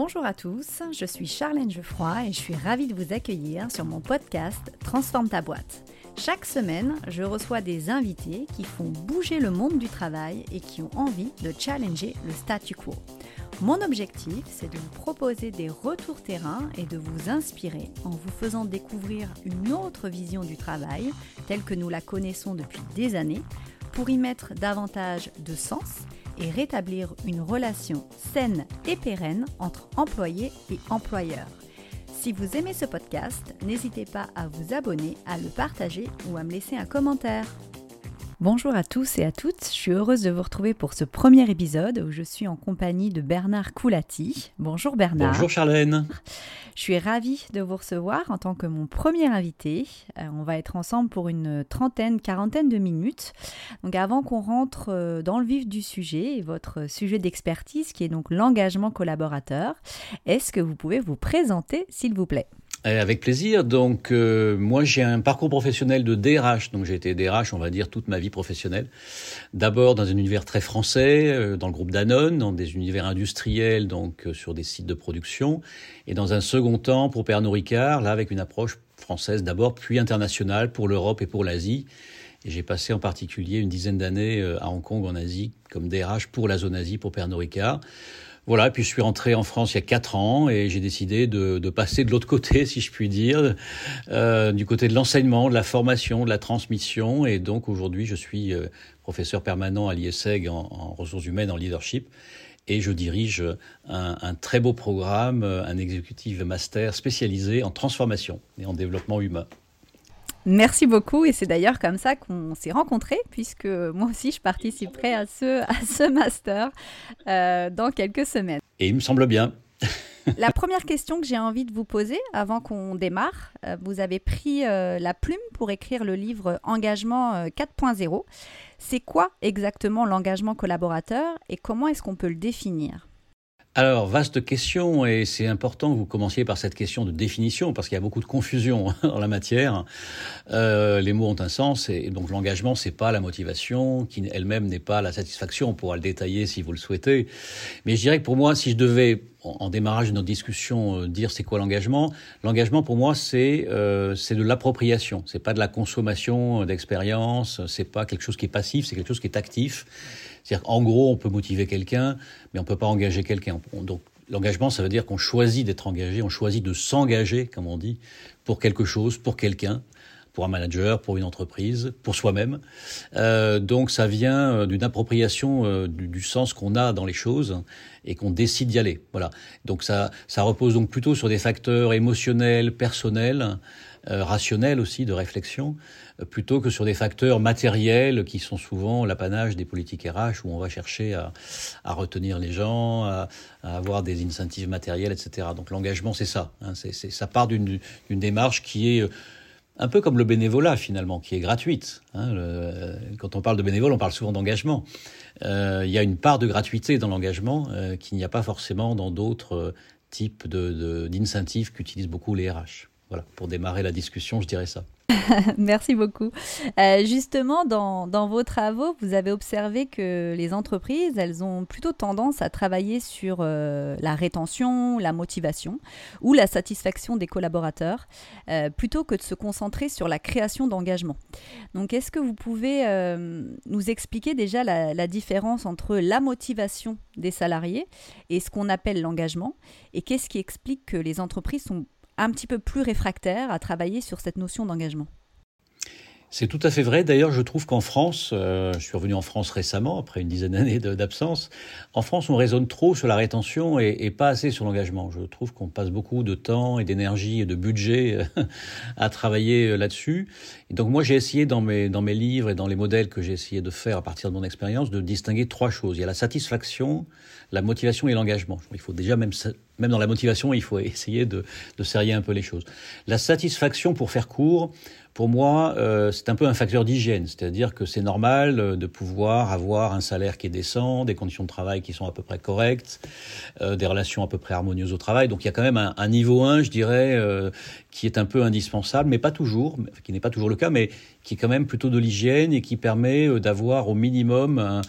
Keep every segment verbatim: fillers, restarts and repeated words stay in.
Bonjour à tous, je suis Charlène Geoffroy et je suis ravie de vous accueillir sur mon podcast Transforme ta boîte. Chaque semaine, je reçois des invités qui font bouger le monde du travail et qui ont envie de challenger le statu quo. Mon objectif, c'est de vous proposer des retours terrain et de vous inspirer en vous faisant découvrir une autre vision du travail, telle que nous la connaissons depuis des années, pour y mettre davantage de sens et rétablir une relation saine et pérenne entre employés et employeurs. Si vous aimez ce podcast, n'hésitez pas à vous abonner, à le partager ou à me laisser un commentaire. Bonjour à tous et à toutes, je suis heureuse de vous retrouver pour ce premier épisode où je suis en compagnie de Bernard Coulati. Bonjour Bernard. Bonjour Charlène. Je suis ravie de vous recevoir en tant que mon premier invité. Euh, on va être ensemble pour une trentaine, quarantaine de minutes. Donc avant qu'on rentre dans le vif du sujet, votre sujet d'expertise qui est donc l'engagement collaborateur, est-ce que vous pouvez vous présenter s'il vous plaît ? Avec plaisir. Donc, euh, moi, j'ai un parcours professionnel de D R H. Donc, j'ai été D R H, on va dire, toute ma vie professionnelle. D'abord, dans un univers très français, euh, dans le groupe Danone, dans des univers industriels, donc euh, sur des sites de production. Et dans un second temps, pour Pernod Ricard, là, avec une approche française d'abord, puis internationale pour l'Europe et pour l'Asie. Et j'ai passé en particulier une dizaine d'années euh, à Hong Kong, en Asie, comme D R H pour la zone Asie, pour Pernod Ricard. Voilà, puis je suis rentré en France il y a quatre ans et j'ai décidé de, de passer de l'autre côté, si je puis dire, euh, du côté de l'enseignement, de la formation, de la transmission. Et donc aujourd'hui, je suis euh, professeur permanent à l'I E S E G en, en ressources humaines, en leadership. Et je dirige un, un très beau programme, un executive master spécialisé en transformation et en développement humain. Merci beaucoup et c'est d'ailleurs comme ça qu'on s'est rencontrés puisque moi aussi je participerai à ce, à ce master euh, dans quelques semaines. Et il me semble bien. La première question que j'ai envie de vous poser avant qu'on démarre, euh, vous avez pris euh, la plume pour écrire le livre Engagement euh, quatre point zéro. C'est quoi exactement l'engagement collaborateur et comment est-ce qu'on peut le définir ? Alors, vaste question, et c'est important que vous commenciez par cette question de définition, parce qu'il y a beaucoup de confusion en la matière. Euh, les mots ont un sens, et donc l'engagement, c'est pas la motivation, qui elle-même n'est pas la satisfaction. On pourra le détailler si vous le souhaitez. Mais je dirais que pour moi, si je devais, en, en démarrage de notre discussion, euh, dire c'est quoi l'engagement, l'engagement pour moi, c'est euh, c'est de l'appropriation. C'est pas de la consommation d'expérience, c'est pas quelque chose qui est passif, c'est quelque chose qui est actif. C'est-à-dire qu'en gros, on peut motiver quelqu'un, mais on peut pas engager quelqu'un. Donc, l'engagement, ça veut dire qu'on choisit d'être engagé, on choisit de s'engager, comme on dit, pour quelque chose, pour quelqu'un, pour un manager, pour une entreprise, pour soi-même. Euh, donc, ça vient d'une appropriation euh, du, du sens qu'on a dans les choses et qu'on décide d'y aller. Voilà. Donc, ça, ça repose donc plutôt sur des facteurs émotionnels, personnels, euh, rationnels aussi, de réflexion, plutôt que sur des facteurs matériels qui sont souvent l'apanage des politiques R H où on va chercher à, à retenir les gens, à, à avoir des incentives matériels, et cetera. Donc l'engagement, c'est ça. Hein, c'est, c'est, ça part d'une, d'une démarche qui est un peu comme le bénévolat finalement, qui est gratuite. Hein, le, quand on parle de bénévole, on parle souvent d'engagement. Euh, il y a une part de gratuité dans l'engagement euh, qu'il n'y a pas forcément dans d'autres euh, types de, de, d'incentives qu'utilisent beaucoup les R H. Voilà, pour démarrer la discussion, je dirais ça. Merci beaucoup. Euh, justement, dans, dans vos travaux, vous avez observé que les entreprises, elles ont plutôt tendance à travailler sur euh, la rétention, la motivation ou la satisfaction des collaborateurs, euh, plutôt que de se concentrer sur la création d'engagement. Donc, est-ce que vous pouvez euh, nous expliquer déjà la, la différence entre la motivation des salariés et ce qu'on appelle l'engagement ? Et qu'est-ce qui explique que les entreprises sont un petit peu plus réfractaires à travailler sur cette notion d'engagement? C'est tout à fait vrai. D'ailleurs, je trouve qu'en France, euh, je suis revenu en France récemment, après une dizaine d'années de, d'absence, en France, on raisonne trop sur la rétention et, et pas assez sur l'engagement. Je trouve qu'on passe beaucoup de temps et d'énergie et de budget euh, à travailler là-dessus. Et donc moi, j'ai essayé dans mes, dans mes livres et dans les modèles que j'ai essayé de faire à partir de mon expérience, de distinguer trois choses. Il y a la satisfaction, la motivation et l'engagement. Il faut déjà, même, même dans la motivation, il faut essayer de, de serrer un peu les choses. La satisfaction, pour faire court, pour moi, euh, c'est un peu un facteur d'hygiène, c'est-à-dire que c'est normal euh, de pouvoir avoir un salaire qui est décent, des conditions de travail qui sont à peu près correctes, euh, des relations à peu près harmonieuses au travail. Donc il y a quand même un, un niveau un, je dirais, euh, qui est un peu indispensable, mais pas toujours, qui n'est pas toujours le cas, mais qui est quand même plutôt de l'hygiène et qui permet euh, d'avoir au minimum un,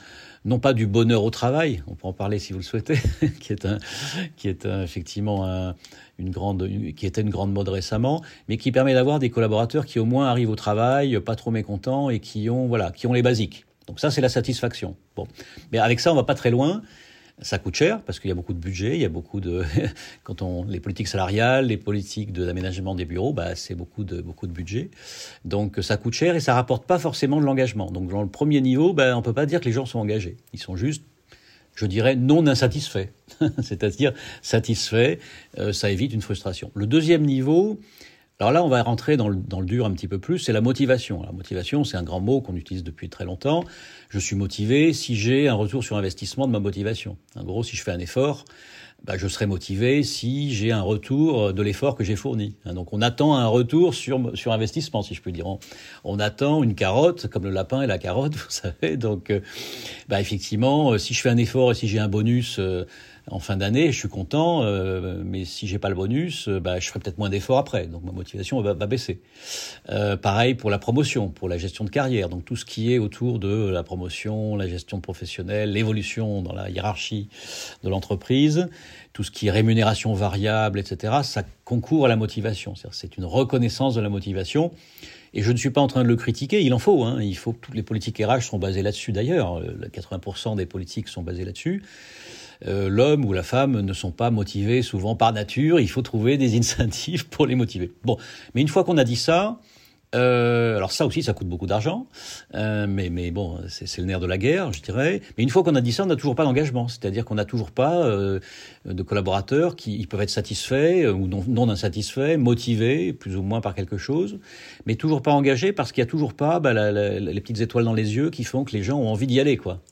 non pas du bonheur au travail, on peut en parler si vous le souhaitez, qui est un, qui est un, effectivement un, une grande, une, qui était une grande mode récemment, mais qui permet d'avoir des collaborateurs qui au moins arrivent au travail, pas trop mécontents et qui ont, voilà, qui ont les basiques. Donc ça, c'est la satisfaction. Bon, mais avec ça, on va pas très loin. Ça coûte cher parce qu'il y a beaucoup de budget, il y a beaucoup de quand on les politiques salariales, les politiques de l'aménagement des bureaux, bah c'est beaucoup de beaucoup de budget. Donc ça coûte cher et ça rapporte pas forcément de l'engagement. Donc dans le premier niveau, bah on peut pas dire que les gens sont engagés. Ils sont juste, je dirais, non insatisfaits. C'est-à-dire satisfaits, euh, ça évite une frustration. Le deuxième niveau, alors là, on va rentrer dans le, dans le dur un petit peu plus, c'est la motivation. La motivation, c'est un grand mot qu'on utilise depuis très longtemps. Je suis motivé si j'ai un retour sur investissement de ma motivation. En gros, si je fais un effort, bah, je serai motivé si j'ai un retour de l'effort que j'ai fourni. Donc on attend un retour sur, sur investissement, si je peux dire. On, on attend une carotte, comme le lapin et la carotte, vous savez. Donc bah, effectivement, si je fais un effort et si j'ai un bonus... Euh, en fin d'année, je suis content, euh, mais si j'ai pas le bonus, euh, bah, je ferai peut-être moins d'efforts après. Donc ma motivation va, va baisser. Euh, pareil pour la promotion, pour la gestion de carrière. Donc tout ce qui est autour de la promotion, la gestion professionnelle, l'évolution dans la hiérarchie de l'entreprise, tout ce qui est rémunération variable, et cetera, ça concourt à la motivation. C'est-à-dire, c'est une reconnaissance de la motivation. Et je ne suis pas en train de le critiquer, il en faut. Hein. Il faut que toutes les politiques R H sont basées là-dessus d'ailleurs. quatre-vingts pour cent des politiques sont basées là-dessus. Euh, l'homme ou la femme ne sont pas motivés souvent par nature, il faut trouver des incentives pour les motiver. Bon, mais une fois qu'on a dit ça, euh, alors ça aussi ça coûte beaucoup d'argent, euh, mais, mais bon, c'est, c'est le nerf de la guerre, je dirais. Mais une fois qu'on a dit ça, on n'a toujours pas d'engagement, c'est-à-dire qu'on n'a toujours pas euh, de collaborateurs qui ils peuvent être satisfaits euh, ou non, non insatisfaits, motivés plus ou moins par quelque chose, mais toujours pas engagés parce qu'il y a toujours pas bah, la, la, les petites étoiles dans les yeux qui font que les gens ont envie d'y aller, quoi.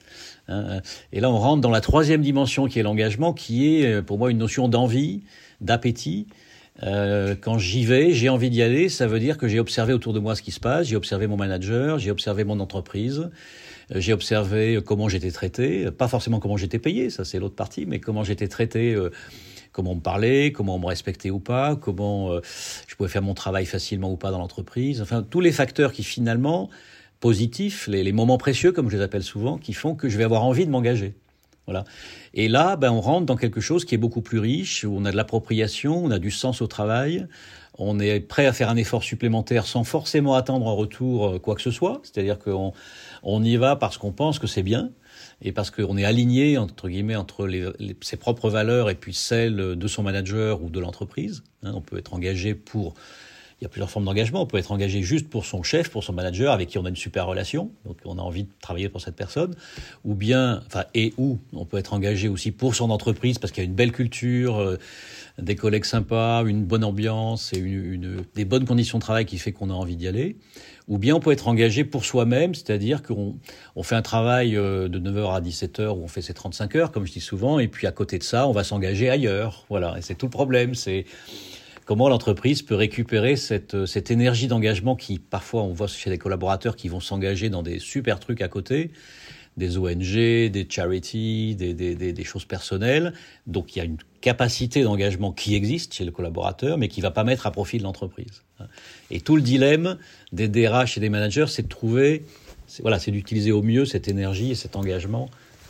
Et là, on rentre dans la troisième dimension qui est l'engagement, qui est pour moi une notion d'envie, d'appétit. Euh, quand j'y vais, j'ai envie d'y aller, ça veut dire que j'ai observé autour de moi ce qui se passe, j'ai observé mon manager, j'ai observé mon entreprise, j'ai observé comment j'étais traité, pas forcément comment j'étais payé, ça c'est l'autre partie, mais comment j'étais traité, euh, comment on me parlait, comment on me respectait ou pas, comment euh, je pouvais faire mon travail facilement ou pas dans l'entreprise, enfin tous les facteurs qui finalement... positifs, les, les moments précieux, comme je les appelle souvent, qui font que je vais avoir envie de m'engager. Voilà. Et là, ben, on rentre dans quelque chose qui est beaucoup plus riche, où on a de l'appropriation, on a du sens au travail, on est prêt à faire un effort supplémentaire sans forcément attendre en retour quoi que ce soit. C'est-à-dire qu'on on y va parce qu'on pense que c'est bien et parce qu'on est aligné, entre guillemets, entre les, les, ses propres valeurs et puis celles de son manager ou de l'entreprise. Hein, on peut être engagé pour... Il y a plusieurs formes d'engagement. On peut être engagé juste pour son chef, pour son manager, avec qui on a une super relation, donc on a envie de travailler pour cette personne, ou bien, enfin, et ou on peut être engagé aussi pour son entreprise parce qu'il y a une belle culture, euh, des collègues sympas, une bonne ambiance et une, une, des bonnes conditions de travail qui fait qu'on a envie d'y aller. Ou bien on peut être engagé pour soi-même, c'est-à-dire qu'on on fait un travail de neuf heures à dix-sept heures où on fait ses trente-cinq heures, comme je dis souvent, et puis à côté de ça, on va s'engager ailleurs. Voilà, et c'est tout le problème, c'est comment l'entreprise peut récupérer cette, cette énergie d'engagement qui, parfois, on voit chez des collaborateurs qui vont s'engager dans des super trucs à côté, des O N G, des charities, des, des, des, des choses personnelles. Donc, il y a une capacité d'engagement qui existe chez le collaborateur, mais qui ne va pas mettre à profit de l'entreprise. Et tout le dilemme des D R H et des managers, c'est de trouver, c'est, voilà, c'est d'utiliser au mieux cette énergie et cet engagement.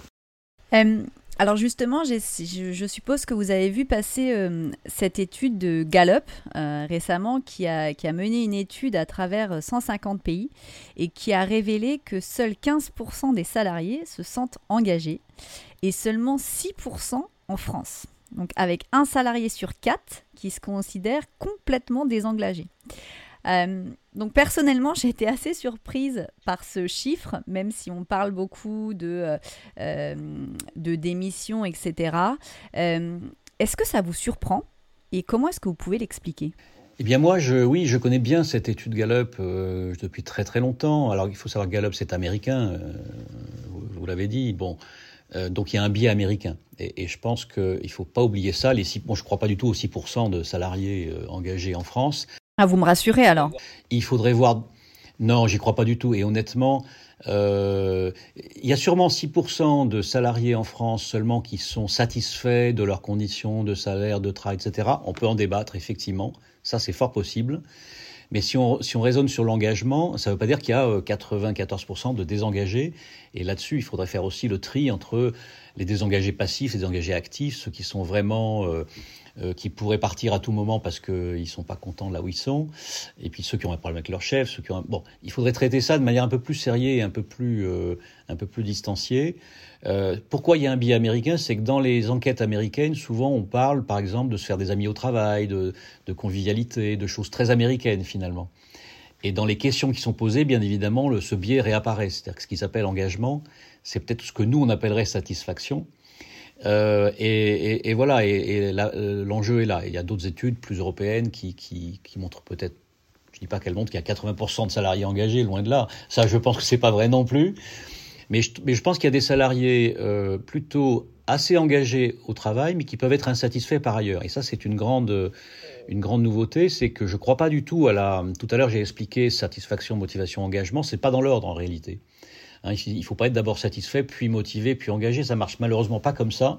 Euh... Alors justement, j'ai, je, je suppose que vous avez vu passer euh, cette étude de Gallup euh, récemment qui a, qui a mené une étude à travers cent cinquante pays et qui a révélé que seuls quinze pour cent des salariés se sentent engagés et seulement six pour cent en France. Donc avec un salarié sur quatre qui se considère complètement désengagé. Euh, donc personnellement, j'ai été assez surprise par ce chiffre, même si on parle beaucoup de, euh, de démission, et cetera. Euh, est-ce que ça vous surprend et comment est-ce que vous pouvez l'expliquer ? Eh bien moi, je, oui, je connais bien cette étude Gallup euh, depuis très très longtemps. Alors il faut savoir que Gallup c'est américain, euh, vous, vous l'avez dit. Bon, euh, donc il y a un biais américain. Et, et je pense qu'il ne faut pas oublier ça. Les six, bon, je ne crois pas du tout aux six pour cent de salariés euh, engagés en France. Ah, vous me rassurez alors ? Il faudrait voir... Non, j'y crois pas du tout. Et honnêtement, euh, il y a sûrement six pour cent de salariés en France seulement qui sont satisfaits de leurs conditions de salaire, de travail, et cetera. On peut en débattre, effectivement. Ça, c'est fort possible. Mais si on, si on raisonne sur l'engagement, ça ne veut pas dire qu'il y a quatre-vingt-quatorze pour cent de désengagés. Et là-dessus, il faudrait faire aussi le tri entre les désengagés passifs, les désengagés actifs, ceux qui sont vraiment... Euh, euh, qui pourraient partir à tout moment parce qu'ils ne sont pas contents là où ils sont, et puis ceux qui ont un problème avec leur chef, ceux qui ont un... Bon, il faudrait traiter ça de manière un peu plus sérieuse et un peu plus, euh, un peu plus distanciée. Euh, pourquoi il y a un biais américain? C'est que dans les enquêtes américaines, souvent on parle, par exemple, de se faire des amis au travail, de, de convivialité, de choses très américaines finalement. Et dans les questions qui sont posées, bien évidemment, le, ce biais réapparaît. C'est-à-dire que ce qui s'appelle engagement, c'est peut-être ce que nous on appellerait satisfaction. Euh, et, et, et voilà, et, et la, l'enjeu est là. Il y a d'autres études plus européennes qui, qui, qui montrent peut-être, je ne dis pas qu'elles montrent qu'il y a quatre-vingts pour cent de salariés engagés, loin de là. Ça, je pense que c'est pas vrai non plus. Mais je, mais je pense qu'il y a des salariés euh, plutôt assez engagés au travail, mais qui peuvent être insatisfaits par ailleurs. Et ça, c'est une grande, une grande nouveauté, c'est que je ne crois pas du tout à la... Tout à l'heure, j'ai expliqué satisfaction, motivation, engagement. C'est pas dans l'ordre en réalité. Hein, il ne faut pas être d'abord satisfait, puis motivé, puis engagé. Ça marche malheureusement pas comme ça.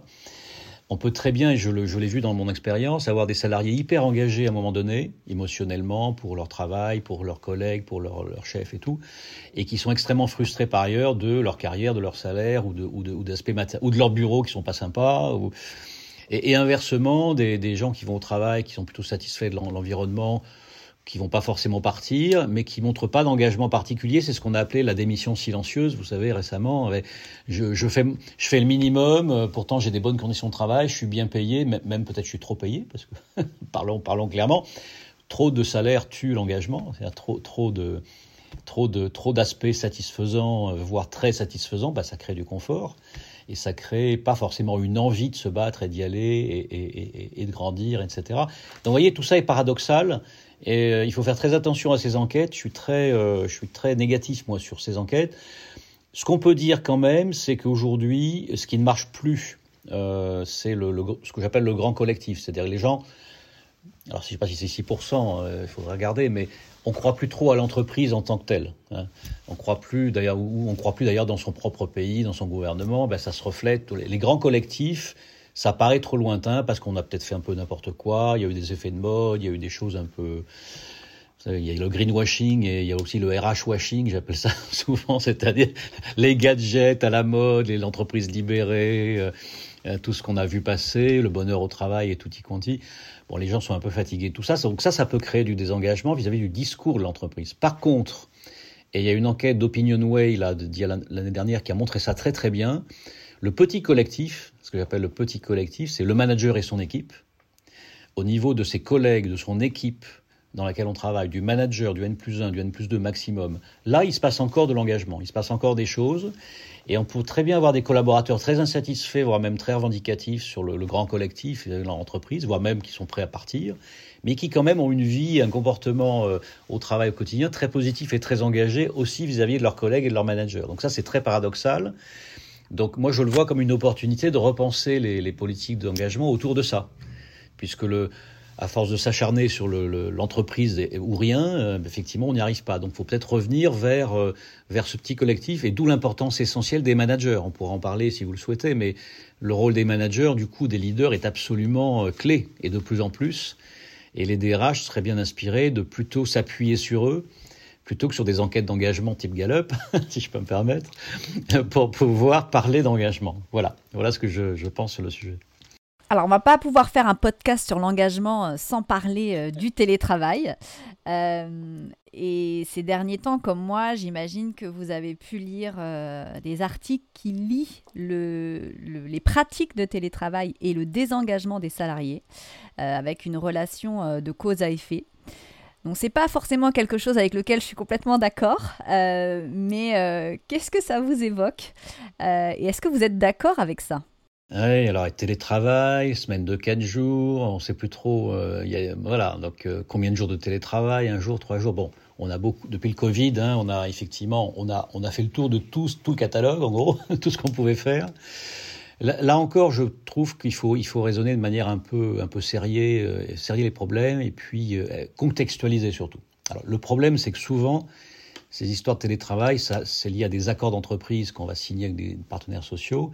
On peut très bien, et je, le, je l'ai vu dans mon expérience, avoir des salariés hyper engagés à un moment donné, émotionnellement, pour leur travail, pour leurs collègues, pour leur, leur chef et tout, et qui sont extrêmement frustrés par ailleurs de leur carrière, de leur salaire, ou de, ou de, ou d'aspects maté- ou de leur bureau qui sont pas sympas. Ou... Et, et inversement, des, des gens qui vont au travail, qui sont plutôt satisfaits de l'environnement, qui vont pas forcément partir, mais qui montrent pas d'engagement particulier. C'est ce qu'on a appelé la démission silencieuse. Vous savez, récemment, je, je fais, je fais le minimum. Pourtant, j'ai des bonnes conditions de travail. Je suis bien payé, même peut-être je suis trop payé, parce que parlons, parlons clairement. Trop de salaire tue l'engagement. C'est-à-dire trop, trop de, trop de, trop d'aspects satisfaisants, voire très satisfaisants. Bah, ça crée du confort. Et ça crée pas forcément une envie de se battre et d'y aller et, et, et, et de grandir, et cetera. Donc, vous voyez, tout ça est paradoxal. Et euh, il faut faire très attention à ces enquêtes. Je suis très, euh, je suis très négatif, moi, sur ces enquêtes. Ce qu'on peut dire quand même, c'est qu'aujourd'hui, ce qui ne marche plus, euh, c'est le, le, ce que j'appelle le grand collectif. C'est-à-dire les gens, alors je ne sais pas si c'est six pour cent, il euh, faudra regarder, mais on ne croit plus trop à l'entreprise en tant que telle. Hein. On croit plus, d'ailleurs, ou on croit plus d'ailleurs dans son propre pays, dans son gouvernement. Ben, ça se reflète. Les, les grands collectifs, ça paraît trop lointain parce qu'on a peut-être fait un peu n'importe quoi, il y a eu des effets de mode, il y a eu des choses un peu... Vous savez, il y a le greenwashing et il y a aussi le R H washing, j'appelle ça souvent, c'est-à-dire les gadgets à la mode, et l'entreprise libérée, euh, tout ce qu'on a vu passer, le bonheur au travail et tutti quanti. Bon, les gens sont un peu fatigués de tout ça, donc ça, ça peut créer du désengagement vis-à-vis du discours de l'entreprise. Par contre, et il y a une enquête d'OpinionWay là, de, de, l'année dernière qui a montré ça très très bien, le petit collectif, ce que j'appelle le petit collectif, c'est le manager et son équipe. Au niveau de ses collègues, de son équipe dans laquelle on travaille, du manager, du N plus un, du N plus deux maximum, là, il se passe encore de l'engagement, il se passe encore des choses. Et on peut très bien avoir des collaborateurs très insatisfaits, voire même très revendicatifs sur le, le grand collectif et l'entreprise, voire même qui sont prêts à partir, mais qui quand même ont une vie, un comportement euh, au travail au quotidien très positif et très engagé aussi vis-à-vis de leurs collègues et de leurs managers. Donc ça, c'est très paradoxal. Donc moi, je le vois comme une opportunité de repenser les, les politiques d'engagement autour de ça. Puisque, le, à force de s'acharner sur le, le, l'entreprise ou rien, euh, effectivement, on n'y arrive pas. Donc il faut peut-être revenir vers, euh, vers ce petit collectif, et d'où l'importance essentielle des managers. On pourra en parler si vous le souhaitez, mais le rôle des managers, du coup, des leaders, est absolument euh, clé, et de plus en plus. Et les D R H seraient bien inspirés de plutôt s'appuyer sur eux, plutôt que sur des enquêtes d'engagement type Gallup, si je peux me permettre, pour pouvoir parler d'engagement. Voilà, voilà ce que je, je pense sur le sujet. Alors, on ne va pas pouvoir faire un podcast sur l'engagement sans parler euh, du télétravail. Euh, et ces derniers temps, comme moi, j'imagine que vous avez pu lire euh, des articles qui lient le, le, les pratiques de télétravail et le désengagement des salariés, euh, avec une relation euh, de cause à effet. Donc, ce n'est pas forcément quelque chose avec lequel je suis complètement d'accord, euh, mais euh, qu'est-ce que ça vous évoque euh, et est-ce que vous êtes d'accord avec ça ? Oui, alors télétravail, semaine de quatre jours, on ne sait plus trop. Euh, y a, voilà, donc euh, combien de jours de télétravail, un jour, trois jours. Bon, on a beaucoup depuis le Covid, hein, on a effectivement, on a, on a fait le tour de tout, tout le catalogue, en gros, tout ce qu'on pouvait faire. Là, là encore, je trouve qu'il faut, il faut raisonner de manière un peu, un peu sérieux, euh, sérieux les problèmes, et puis euh, contextualiser surtout. Alors, le problème, c'est que souvent, ces histoires de télétravail, ça, c'est lié à des accords d'entreprise qu'on va signer avec des partenaires sociaux.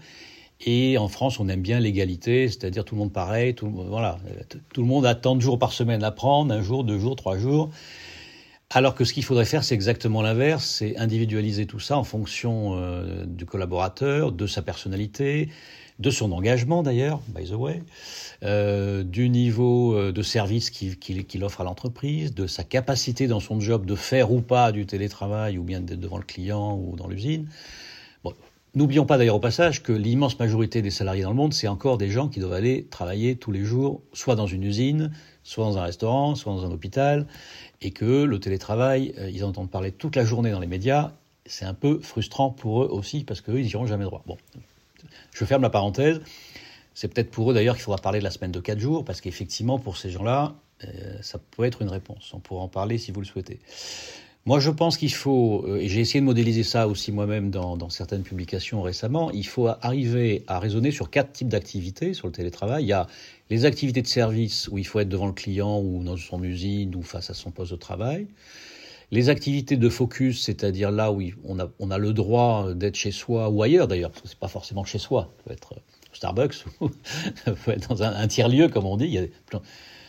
Et en France, on aime bien l'égalité, c'est-à-dire tout le monde pareil, tout le monde, voilà, tout le monde a tant de jours par semaine à prendre, un jour, deux jours, trois jours. Alors que ce qu'il faudrait faire, c'est exactement l'inverse, c'est individualiser tout ça en fonction euh, du collaborateur, de sa personnalité, de son engagement d'ailleurs, by the way, euh, du niveau de service qu'il, qu'il, qu'il offre à l'entreprise, de sa capacité dans son job de faire ou pas du télétravail ou bien d'être devant le client ou dans l'usine. Bon, n'oublions pas d'ailleurs au passage que l'immense majorité des salariés dans le monde, c'est encore des gens qui doivent aller travailler tous les jours, soit dans une usine, soit dans un restaurant, soit dans un hôpital, et que le télétravail, ils entendent parler toute la journée dans les médias. C'est un peu frustrant pour eux aussi, parce qu'eux, ils n'y auront jamais droit. Bon, je ferme la parenthèse. C'est peut-être pour eux d'ailleurs qu'il faudra parler de la semaine de quatre jours, parce qu'effectivement, pour ces gens-là, euh, ça peut être une réponse. On pourra en parler si vous le souhaitez. Moi, je pense qu'il faut, euh, et j'ai essayé de modéliser ça aussi moi-même dans, dans certaines publications récemment, il faut arriver à raisonner sur quatre types d'activités sur le télétravail. Il y a les activités de service où il faut être devant le client ou dans son usine ou face à son poste de travail. Les activités de focus, c'est-à-dire là où on a, on a le droit d'être chez soi ou ailleurs d'ailleurs, parce que c'est pas forcément chez soi. Ça peut être au Starbucks ou ça peut être dans un, un tiers-lieu, comme on dit. Il y a plein...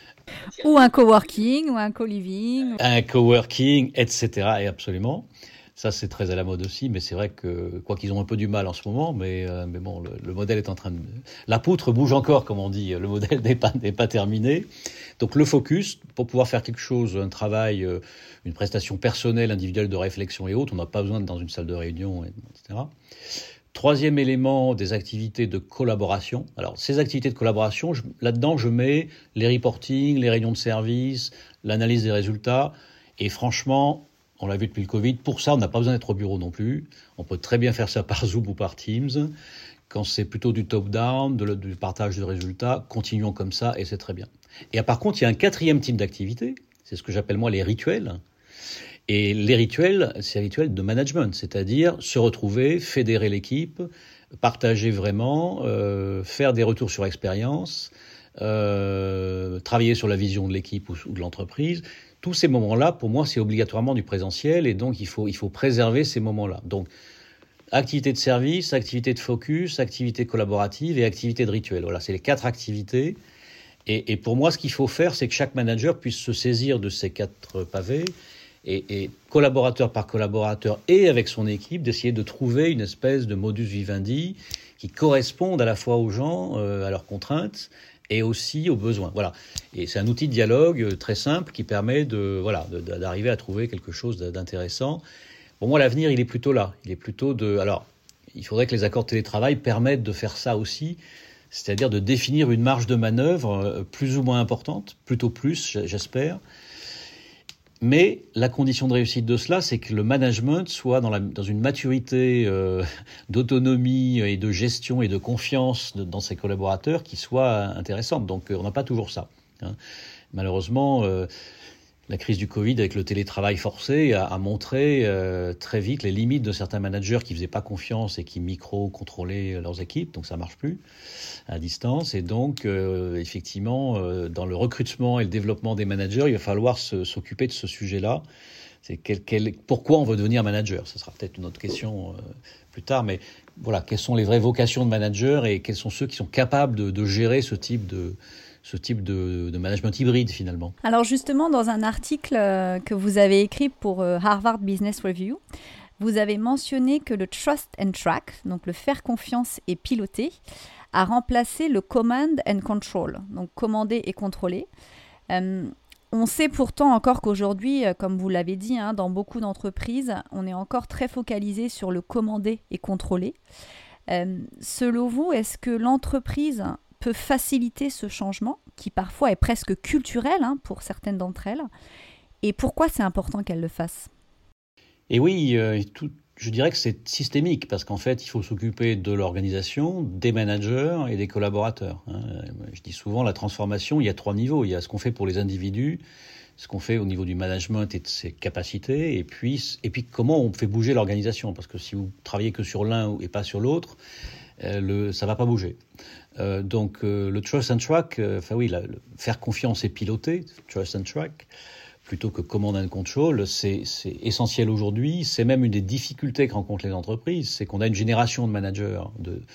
Ou un coworking, ou un co-living. Un coworking, et cetera. Et absolument. Ça, c'est très à la mode aussi, mais c'est vrai que, quoi qu'ils ont un peu du mal en ce moment, mais, euh, mais bon, le, le modèle est en train de... La poutre bouge encore, comme on dit, le modèle n'est pas, n'est pas terminé. Donc le focus, pour pouvoir faire quelque chose, un travail, euh, une prestation personnelle, individuelle de réflexion et autres, on n'a pas besoin d'être dans une salle de réunion, et cetera. Troisième élément, des activités de collaboration. Alors, ces activités de collaboration, je, là-dedans, je mets les reporting, les réunions de service, l'analyse des résultats. Et franchement, on l'a vu depuis le Covid, pour ça, on n'a pas besoin d'être au bureau non plus. On peut très bien faire ça par Zoom ou par Teams. Quand c'est plutôt du top-down, de, du partage de résultats, continuons comme ça et c'est très bien. Et par contre, il y a un quatrième type d'activité, c'est ce que j'appelle moi les rituels. Et les rituels, c'est les rituels de management, c'est-à-dire se retrouver, fédérer l'équipe, partager vraiment, euh, faire des retours sur expérience, euh, travailler sur la vision de l'équipe ou, ou de l'entreprise. Tous ces moments-là, pour moi, c'est obligatoirement du présentiel et donc il faut, il faut préserver ces moments-là. Donc, activité de service, activité de focus, activité collaborative et activité de rituel. Voilà, c'est les quatre activités. Et, et pour moi, ce qu'il faut faire, c'est que chaque manager puisse se saisir de ces quatre pavés et, et collaborateur par collaborateur et avec son équipe, d'essayer de trouver une espèce de modus vivendi qui corresponde à la fois aux gens, euh, à leurs contraintes et aussi aux besoins. Voilà. Et c'est un outil de dialogue très simple qui permet de, voilà, de, d'arriver à trouver quelque chose d'intéressant. Pour moi, l'avenir, il est plutôt là. Il est plutôt de... Alors, il faudrait que les accords de télétravail permettent de faire ça aussi, c'est-à-dire de définir une marge de manœuvre plus ou moins importante, plutôt plus, j'espère. Mais la condition de réussite de cela, c'est que le management soit dans, la, dans une maturité euh, d'autonomie et de gestion et de confiance de, dans ses collaborateurs qui soit intéressante. Donc, euh, on n'a pas toujours ça. Hein. Malheureusement, euh, la crise du Covid avec le télétravail forcé a, a montré euh, très vite les limites de certains managers qui ne faisaient pas confiance et qui micro-contrôlaient leurs équipes. Donc, ça ne marche plus à distance. Et donc, euh, effectivement, euh, dans le recrutement et le développement des managers, il va falloir se, s'occuper de ce sujet-là. C'est quel, quel, pourquoi on veut devenir manager ? Ce sera peut-être une autre question euh, plus tard. Mais voilà, quelles sont les vraies vocations de manager et quels sont ceux qui sont capables de, de gérer ce type de... ce type de, de management hybride, finalement. Alors justement, dans un article euh, que vous avez écrit pour euh, Harvard Business Review, vous avez mentionné que le Trust and Track, donc le faire confiance et piloter, a remplacé le Command and Control, donc commander et contrôler. Euh, on sait pourtant encore qu'aujourd'hui, comme vous l'avez dit, hein, dans beaucoup d'entreprises, on est encore très focalisé sur le commander et contrôler. Euh, selon vous, est-ce que l'entreprise peut faciliter ce changement, qui parfois est presque culturel hein, pour certaines d'entre elles, et pourquoi c'est important qu'elles le fassent ? Et oui, euh, tout, je dirais que c'est systémique, parce qu'en fait, il faut s'occuper de l'organisation, des managers et des collaborateurs. Hein. Je dis souvent, la transformation, il y a trois niveaux. Il y a ce qu'on fait pour les individus, ce qu'on fait au niveau du management et de ses capacités, et puis, et puis comment on fait bouger l'organisation, parce que si vous travaillez que sur l'un et pas sur l'autre, euh, le, ça ne va pas bouger. Euh, donc euh, le trust and track, enfin euh, oui, la, le, faire confiance et piloter, trust and track, plutôt que command and control, c'est, c'est essentiel aujourd'hui. C'est même une des difficultés que rencontrent les entreprises, c'est qu'on a une génération de managers, de,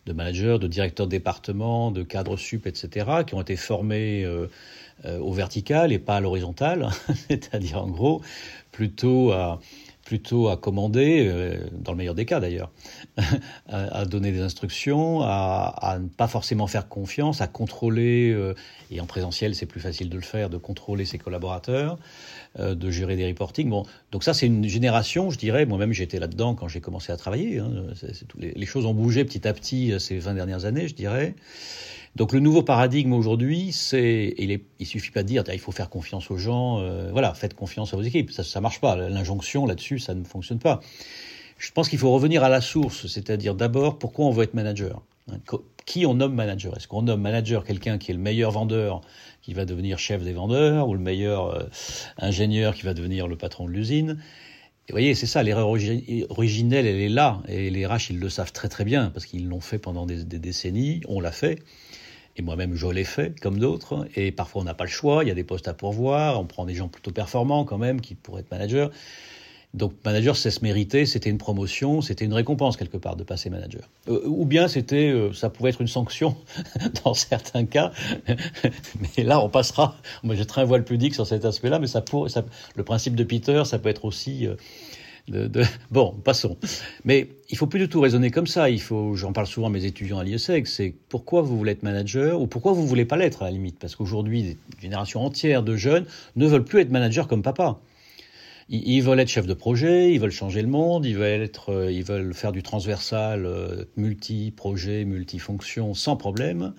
de managers, de directeurs de département, de cadres sup, et cetera, qui ont été formés euh, euh, au vertical et pas à l'horizontal, c'est-à-dire en gros plutôt à plutôt à commander, euh, dans le meilleur des cas d'ailleurs, à, à donner des instructions, à, à ne pas forcément faire confiance, à contrôler, euh, et en présentiel c'est plus facile de le faire, de contrôler ses collaborateurs, euh, de gérer des reportings. Bon, donc ça c'est une génération, je dirais, moi-même j'étais là-dedans quand j'ai commencé à travailler, hein, c'est, c'est tout, les, les choses ont bougé petit à petit ces vingt dernières années, je dirais. Donc le nouveau paradigme aujourd'hui, c'est, il est, il suffit pas de dire, il faut faire confiance aux gens, euh, voilà, faites confiance à vos équipes, ça, ça marche pas, l'injonction là-dessus, ça ne fonctionne pas. Je pense qu'il faut revenir à la source, c'est-à-dire d'abord pourquoi on veut être manager. Qui on nomme manager? Est-ce qu'on nomme manager quelqu'un qui est le meilleur vendeur, qui va devenir chef des vendeurs, ou le meilleur euh, ingénieur qui va devenir le patron de l'usine? Et vous voyez, c'est ça, l'erreur origi- originelle, elle est là, et les R H, ils le savent très très bien, parce qu'ils l'ont fait pendant des, des décennies, on l'a fait. Et moi-même, je l'ai fait, comme d'autres. Et parfois, on n'a pas le choix. Il y a des postes à pourvoir. On prend des gens plutôt performants, quand même, qui pourraient être managers. Donc, manager, c'est se mériter. C'était une promotion. C'était une récompense, quelque part, de passer manager. Euh, ou bien, c'était, euh, ça pouvait être une sanction, dans certains cas. Mais là, on passera. Moi, j'ai très un voile pudique sur cet aspect-là. Mais ça pour, ça, le principe de Peter, ça peut être aussi... Euh, De, de... Bon, passons. Mais il faut plus du tout raisonner comme ça. Il faut, j'en parle souvent à mes étudiants à l'I E S E C, c'est pourquoi vous voulez être manager ou pourquoi vous voulez pas l'être à la limite. Parce qu'aujourd'hui, des générations entières de jeunes ne veulent plus être manager comme papa. Ils, ils veulent être chef de projet, ils veulent changer le monde, ils veulent être, euh, ils veulent faire du transversal, euh, multi-projet, multi-fonction sans problème.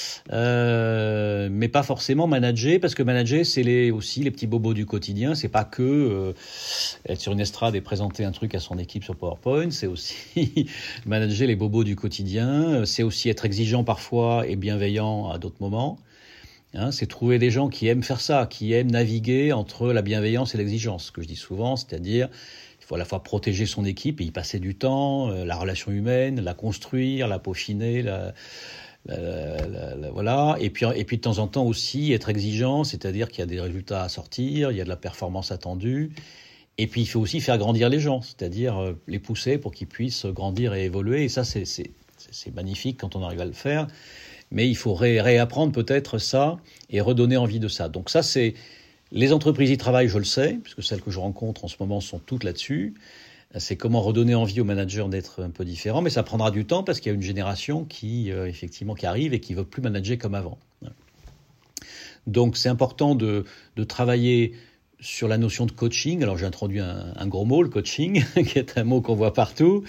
Euh, mais pas forcément manager, parce que manager, c'est les, aussi les petits bobos du quotidien. C'est pas que euh, être sur une estrade et présenter un truc à son équipe sur PowerPoint. C'est aussi manager les bobos du quotidien. C'est aussi être exigeant parfois et bienveillant à d'autres moments. Hein, c'est trouver des gens qui aiment faire ça, qui aiment naviguer entre la bienveillance et l'exigence. Ce que je dis souvent, c'est-à-dire il faut à la fois protéger son équipe et y passer du temps, euh, la relation humaine, la construire, la peaufiner, la... La, la, la, voilà. Et puis, et puis de temps en temps aussi être exigeant, c'est-à-dire qu'il y a des résultats à sortir, il y a de la performance attendue. Et puis il faut aussi faire grandir les gens, c'est-à-dire euh, les pousser pour qu'ils puissent grandir et évoluer. Et ça, c'est, c'est, c'est magnifique quand on arrive à le faire. Mais il faut ré, réapprendre peut-être ça et redonner envie de ça. Donc ça, c'est les entreprises y travaillent, je le sais, puisque celles que je rencontre en ce moment sont toutes là-dessus. C'est comment redonner envie aux managers d'être un peu différents, mais ça prendra du temps parce qu'il y a une génération qui, euh, effectivement, qui arrive et qui ne veut plus manager comme avant. Donc, c'est important de, de travailler sur la notion de coaching. Alors, j'ai introduit un, un gros mot, le coaching, qui est un mot qu'on voit partout.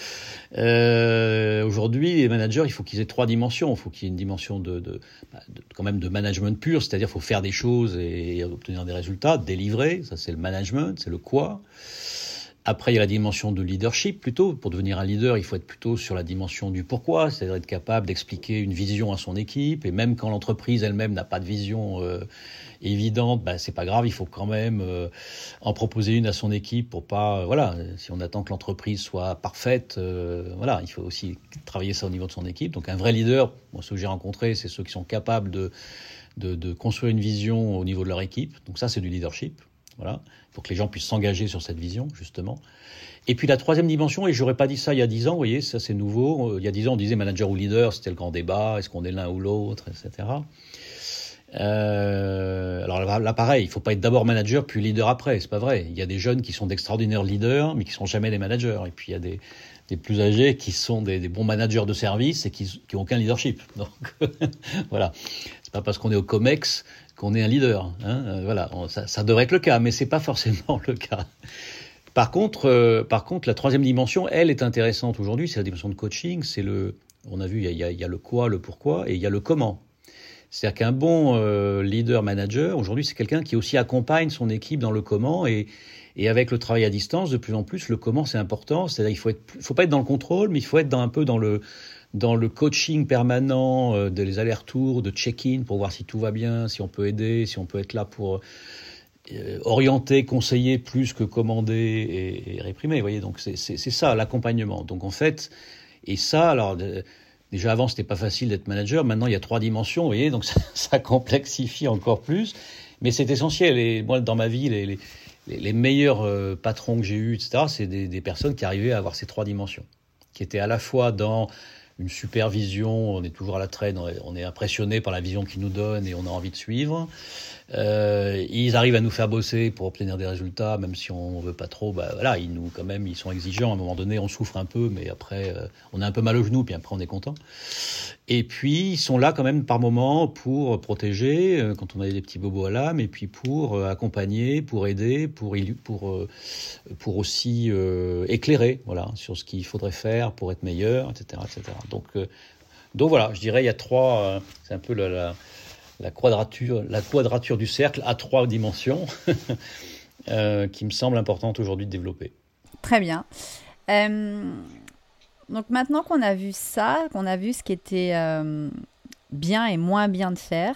Euh, aujourd'hui, les managers, il faut qu'ils aient trois dimensions. Il faut qu'il y ait une dimension de, de, de quand même de management pur, c'est-à-dire qu'il faut faire des choses et, et obtenir des résultats, délivrer. Ça, c'est le management, c'est le quoi. Après, il y a la dimension de leadership, plutôt. Pour devenir un leader, il faut être plutôt sur la dimension du pourquoi, c'est-à-dire être capable d'expliquer une vision à son équipe. Et même quand l'entreprise elle-même n'a pas de vision euh, évidente, ben, c'est pas grave, il faut quand même euh, en proposer une à son équipe pour pas... Euh, voilà, si on attend que l'entreprise soit parfaite, euh, voilà, il faut aussi travailler ça au niveau de son équipe. Donc un vrai leader, moi, ceux que j'ai rencontrés, c'est ceux qui sont capables de, de, de construire une vision au niveau de leur équipe. Donc ça, c'est du leadership. Voilà, il faut que les gens puissent s'engager sur cette vision, justement. Et puis la troisième dimension, et j'aurais pas dit ça il y a dix ans, vous voyez, ça c'est nouveau. Il y a dix ans, on disait manager ou leader, c'était le grand débat, est-ce qu'on est l'un ou l'autre, et cetera. Euh, alors là, pareil, il faut pas être d'abord manager puis leader après, c'est pas vrai. Il y a des jeunes qui sont d'extraordinaires leaders, mais qui sont jamais des managers. Et puis il y a des, des plus âgés qui sont des, des bons managers de service et qui qui ont aucun leadership. Donc voilà, c'est pas parce qu'on est au COMEX qu'on est un leader. Hein, euh, voilà, on, ça, ça devrait être le cas, mais c'est pas forcément le cas. Par contre, euh, par contre, la troisième dimension, elle, est intéressante aujourd'hui. C'est la dimension de coaching. C'est le, on a vu, il y a, il y a le quoi, le pourquoi, et il y a le comment. C'est-à-dire qu'un bon euh, leader manager aujourd'hui, c'est quelqu'un qui aussi accompagne son équipe dans le comment et et avec le travail à distance, de plus en plus, le comment c'est important. C'est-à-dire qu'il faut être, faut pas être dans le contrôle, mais il faut être dans un peu dans le dans le coaching permanent, euh, de les allers-retours, de check-in pour voir si tout va bien, si on peut aider, si on peut être là pour euh, orienter, conseiller plus que commander et, et réprimer. Vous voyez, donc c'est, c'est, c'est ça l'accompagnement. Donc en fait, et ça, alors euh, déjà avant c'était pas facile d'être manager. Maintenant il y a trois dimensions, vous voyez, donc ça, ça complexifie encore plus. Mais c'est essentiel. Et moi dans ma vie, les, les, les meilleurs euh, patrons que j'ai eus, et cetera, c'est des, des personnes qui arrivaient à avoir ces trois dimensions, qui étaient à la fois dans une supervision, on est toujours à la traîne, on est impressionné par la vision qu'ils nous donnent et on a envie de suivre. Euh, ils arrivent à nous faire bosser pour obtenir des résultats, même si on veut pas trop. Bah voilà, ils nous quand même, ils sont exigeants. À un moment donné, on souffre un peu, mais après, euh, on a un peu mal au genou, puis après, on est content. Et puis, ils sont là quand même par moment pour protéger euh, quand on a des petits bobos à l'âme, et puis pour euh, accompagner, pour aider, pour pour euh, pour aussi euh, éclairer, voilà, sur ce qu'il faudrait faire pour être meilleur, et cetera, et cetera. Donc euh, donc voilà, je dirais il y a trois. Euh, c'est un peu la, la La quadrature, la quadrature du cercle à trois dimensions euh, qui me semble importante aujourd'hui de développer. Très bien. Euh, donc maintenant qu'on a vu ça, qu'on a vu ce qui était euh, bien et moins bien de faire,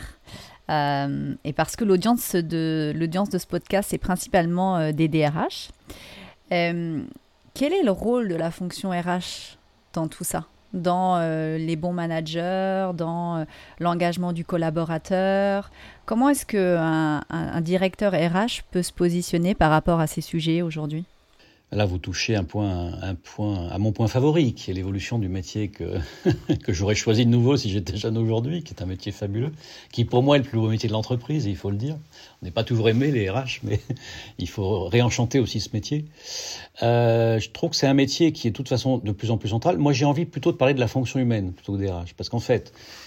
euh, et parce que l'audience de, l'audience de ce podcast, c'est principalement euh, des D R H, euh, quel est le rôle de la fonction R H dans tout ça ? Dans euh, les bons managers, dans euh, l'engagement du collaborateur. Comment est-ce qu'un un, un directeur R H peut se positionner par rapport à ces sujets aujourd'hui ? Là, vous touchez un point, un point, à mon point favori, qui est l'évolution du métier que, que j'aurais choisi de nouveau si j'étais jeune aujourd'hui, qui est un métier fabuleux, qui pour moi est le plus beau métier de l'entreprise, il faut le dire. On n'est pas toujours aimé, les R H, mais il faut réenchanter aussi ce métier. Euh, je trouve que c'est un métier qui est de toute façon de plus en plus central. Moi, j'ai envie plutôt de parler de la fonction humaine plutôt que des R H, parce qu'en fait,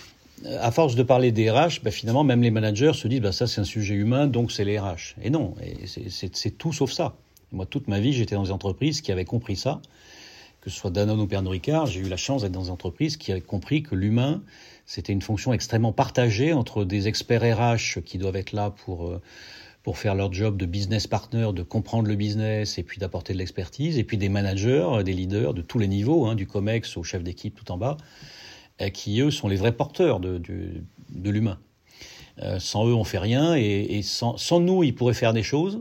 à force de parler des R H, bah, finalement, même les managers se disent bah, « ça, c'est un sujet humain, donc c'est les R H ». Et non, et c'est, c'est, c'est tout sauf ça. Moi, toute ma vie, j'étais dans des entreprises qui avaient compris ça, que ce soit Danone ou Pernod Ricard. J'ai eu la chance d'être dans des entreprises qui avaient compris que l'humain, c'était une fonction extrêmement partagée entre des experts R H qui doivent être là pour, pour faire leur job de business partner, de comprendre le business et puis d'apporter de l'expertise, et puis des managers, des leaders de tous les niveaux, hein, du COMEX au chef d'équipe tout en bas, qui, eux, sont les vrais porteurs de, de, de l'humain. Euh, sans eux, on fait rien, et, et sans, sans nous, ils pourraient faire des choses.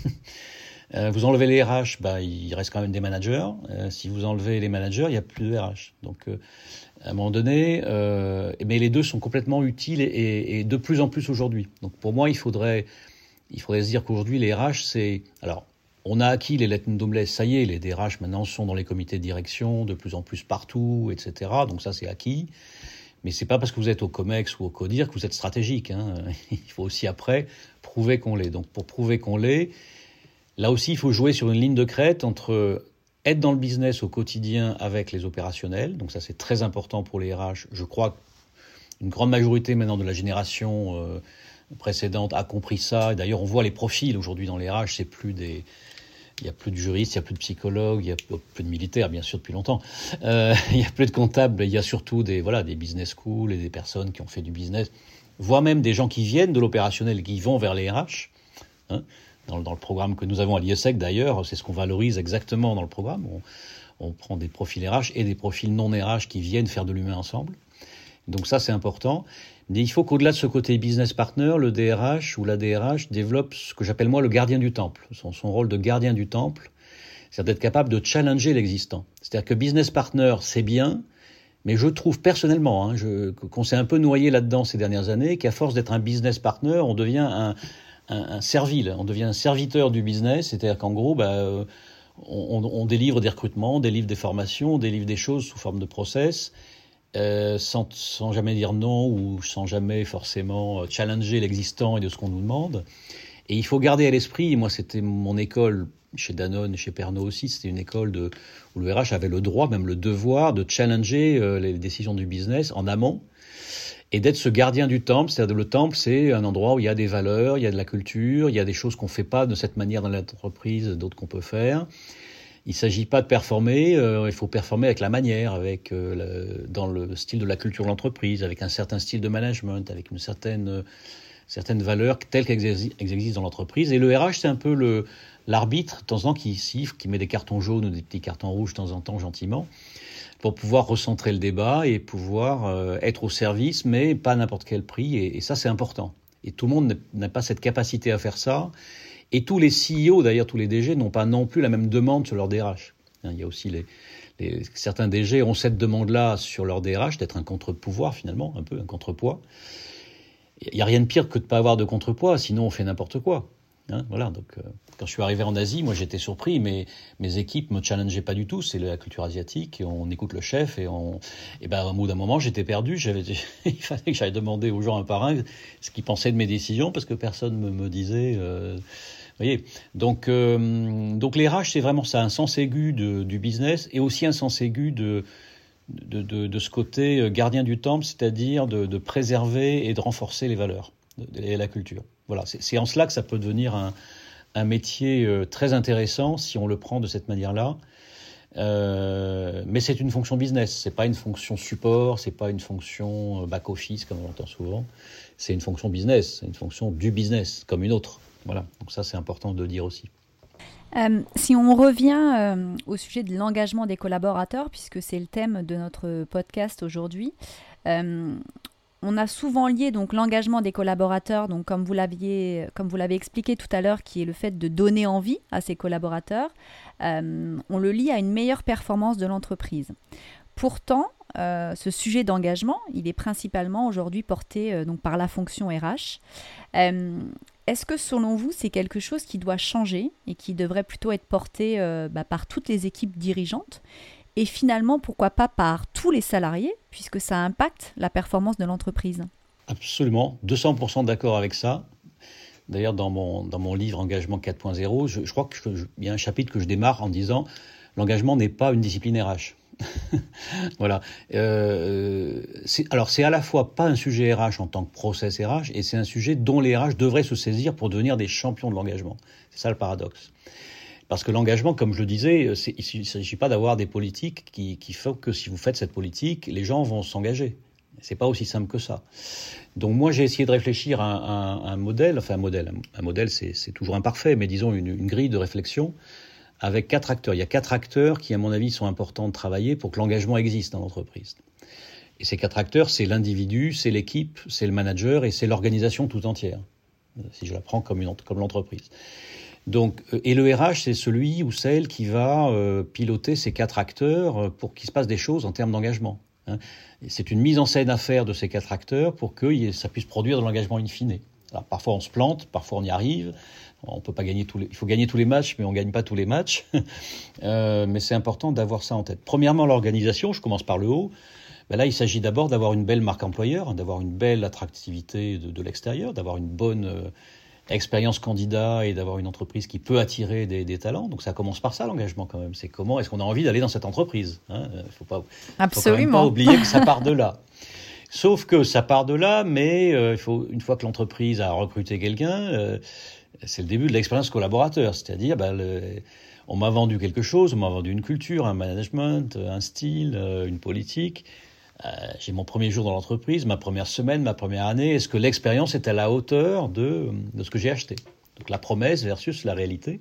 Euh, vous enlevez les R H, bah, il reste quand même des managers. Euh, si vous enlevez les managers, il n'y a plus de R H. Donc, euh, à un moment donné, euh, mais les deux sont complètement utiles et, et, et de plus en plus aujourd'hui. Donc, pour moi, il faudrait, il faudrait se dire qu'aujourd'hui, les R H, c'est... Alors, on a acquis les lettres noblesse, ça y est, les D R H maintenant sont dans les comités de direction, de plus en plus partout, et cetera. Donc ça, c'est acquis. Mais c'est pas parce que vous êtes au COMEX ou au CODIR que vous êtes stratégique, hein. Il faut aussi, après, prouver qu'on l'est. Donc, pour prouver qu'on l'est, là aussi, il faut jouer sur une ligne de crête entre être dans le business au quotidien avec les opérationnels. Donc ça, c'est très important pour les R H. Je crois qu'une grande majorité maintenant de la génération euh, précédente a compris ça. Et d'ailleurs, on voit les profils aujourd'hui dans les R H. C'est plus des... Il n'y a plus de juristes, il n'y a plus de psychologues, il y a plus de militaires, bien sûr, depuis longtemps. Euh, il n'y a plus de comptables, il y a surtout des, voilà, des business schools et des personnes qui ont fait du business, voire même des gens qui viennent de l'opérationnel et qui vont vers les R H, hein. Dans, dans le programme que nous avons à l'I E S E C, d'ailleurs, c'est ce qu'on valorise exactement dans le programme. On, on prend des profils R H et des profils non R H qui viennent faire de l'humain ensemble. Donc ça, c'est important. Mais il faut qu'au-delà de ce côté business partner, le D R H ou la D R H développe ce que j'appelle moi le gardien du temple. Son, son rôle de gardien du temple, c'est d'être capable de challenger l'existant. C'est-à-dire que business partner, c'est bien, mais je trouve personnellement hein, je, qu'on s'est un peu noyé là-dedans ces dernières années, qu'à force d'être un business partner, on devient un... Un, un servile, on devient un serviteur du business, c'est-à-dire qu'en gros, bah, euh, on, on délivre des recrutements, on délivre des formations, on délivre des choses sous forme de process, euh, sans, sans jamais dire non ou sans jamais forcément challenger l'existant et de ce qu'on nous demande. Et il faut garder à l'esprit, et moi c'était mon école chez Danone et chez Pernod aussi, c'était une école de, où le R H avait le droit, même le devoir de challenger euh, les décisions du business en amont, et d'être ce gardien du temple. C'est-à-dire que le temple, c'est un endroit où il y a des valeurs, il y a de la culture, il y a des choses qu'on ne fait pas de cette manière dans l'entreprise, d'autres qu'on peut faire. Il ne s'agit pas de performer, euh, il faut performer avec la manière, avec, euh, le, dans le style de la culture de l'entreprise, avec un certain style de management, avec une certaine, euh, certaine valeur telle qu'elle existe dans l'entreprise. Et le R H, c'est un peu le, l'arbitre, de temps en temps, qui siffle, qui met des cartons jaunes ou des petits cartons rouges de temps en temps, gentiment, pour pouvoir recentrer le débat et pouvoir euh, être au service, mais pas à n'importe quel prix. Et, et ça, c'est important. Et tout le monde n'a pas cette capacité à faire ça. Et tous les C E O, d'ailleurs, tous les D G, n'ont pas non plus la même demande sur leur D R H. Il y a aussi les, les, certains D G ont cette demande-là sur leur D R H, d'être un contre-pouvoir, finalement, un peu un contrepoids. Il n'y a rien de pire que de ne pas avoir de contrepoids, sinon on fait n'importe quoi. Hein, voilà, donc euh, quand je suis arrivé en Asie, moi j'étais surpris, mais mes équipes me challengeaient pas du tout. C'est la culture asiatique, et on écoute le chef, et on, et ben au bout d'un moment j'étais perdu. J'avais, il fallait que j'aille demander aux gens un par un ce qu'ils pensaient de mes décisions, parce que personne me, me disait. Euh, vous voyez, donc euh, donc les R H c'est vraiment ça, un sens aigu de, du business, et aussi un sens aigu de de, de, de ce côté gardien du temple, c'est-à-dire de, de préserver et de renforcer les valeurs et la culture. Voilà, c'est, c'est en cela que ça peut devenir un, un métier euh, très intéressant si on le prend de cette manière-là. Euh, mais c'est une fonction business, c'est pas une fonction support, c'est pas une fonction back-office comme on l'entend souvent. C'est une fonction business, c'est une fonction du business comme une autre. Voilà, donc ça c'est important de dire aussi. Euh, si on revient euh, au sujet de l'engagement des collaborateurs, puisque c'est le thème de notre podcast aujourd'hui, euh, on a souvent lié donc l'engagement des collaborateurs, donc comme vous l'aviez, comme vous l'avez expliqué tout à l'heure, qui est le fait de donner envie à ses collaborateurs, euh, on le lie à une meilleure performance de l'entreprise. Pourtant, euh, ce sujet d'engagement, il est principalement aujourd'hui porté euh, donc par la fonction R H. Euh, est-ce que selon vous, c'est quelque chose qui doit changer et qui devrait plutôt être porté euh, bah, par toutes les équipes dirigeantes ? Et finalement, pourquoi pas par tous les salariés, puisque ça impacte la performance de l'entreprise. Absolument, deux cents pour cent d'accord avec ça. D'ailleurs, dans mon, dans mon livre Engagement quatre point zéro, je, je crois qu'il y a un chapitre que je démarre en disant « L'engagement n'est pas une discipline R H ». Voilà. Euh, c'est, alors, c'est à la fois pas un sujet R H en tant que process R H, et c'est un sujet dont les R H devraient se saisir pour devenir des champions de l'engagement. C'est ça le paradoxe. Parce que l'engagement, comme je le disais, c'est, il ne s'agit pas d'avoir des politiques qui, qui font que si vous faites cette politique, les gens vont s'engager. C'est pas aussi simple que ça. Donc moi, j'ai essayé de réfléchir à un, un, un modèle, enfin un modèle, un, un modèle c'est, c'est toujours imparfait, mais disons une, une grille de réflexion avec quatre acteurs. Il y a quatre acteurs qui, à mon avis, sont importants de travailler pour que l'engagement existe dans l'entreprise. Et ces quatre acteurs, c'est l'individu, c'est l'équipe, c'est le manager et c'est l'organisation tout entière, si je la prends comme, une, comme l'entreprise. Donc, et le R H, c'est celui ou celle qui va euh, piloter ces quatre acteurs pour qu'il se passe des choses en termes d'engagement. Hein. Et c'est une mise en scène à faire de ces quatre acteurs pour que ça puisse produire de l'engagement in fine. Alors, parfois on se plante, parfois on y arrive. On peut pas gagner tous les, il faut gagner tous les matchs, mais on gagne pas tous les matchs. euh, mais c'est important d'avoir ça en tête. Premièrement, l'organisation. Je commence par le haut. Ben là, il s'agit d'abord d'avoir une belle marque employeur, d'avoir une belle attractivité de, de l'extérieur, d'avoir une bonne euh, expérience candidat et d'avoir une entreprise qui peut attirer des, des talents. Donc ça commence par ça, l'engagement quand même. C'est comment est-ce qu'on a envie d'aller dans cette entreprise. Hein, faut pas, faut quand même pas oublier que ça part de là. Sauf que ça part de là, mais euh, il faut, une fois que l'entreprise a recruté quelqu'un, euh, c'est le début de l'expérience collaborateur. C'est-à-dire, ben, le, on m'a vendu quelque chose, on m'a vendu une culture, un management, un style, euh, une politique. Euh, j'ai mon premier jour dans l'entreprise, ma première semaine, ma première année. Est-ce que l'expérience est à la hauteur de, de ce que j'ai acheté ? Donc la promesse versus la réalité.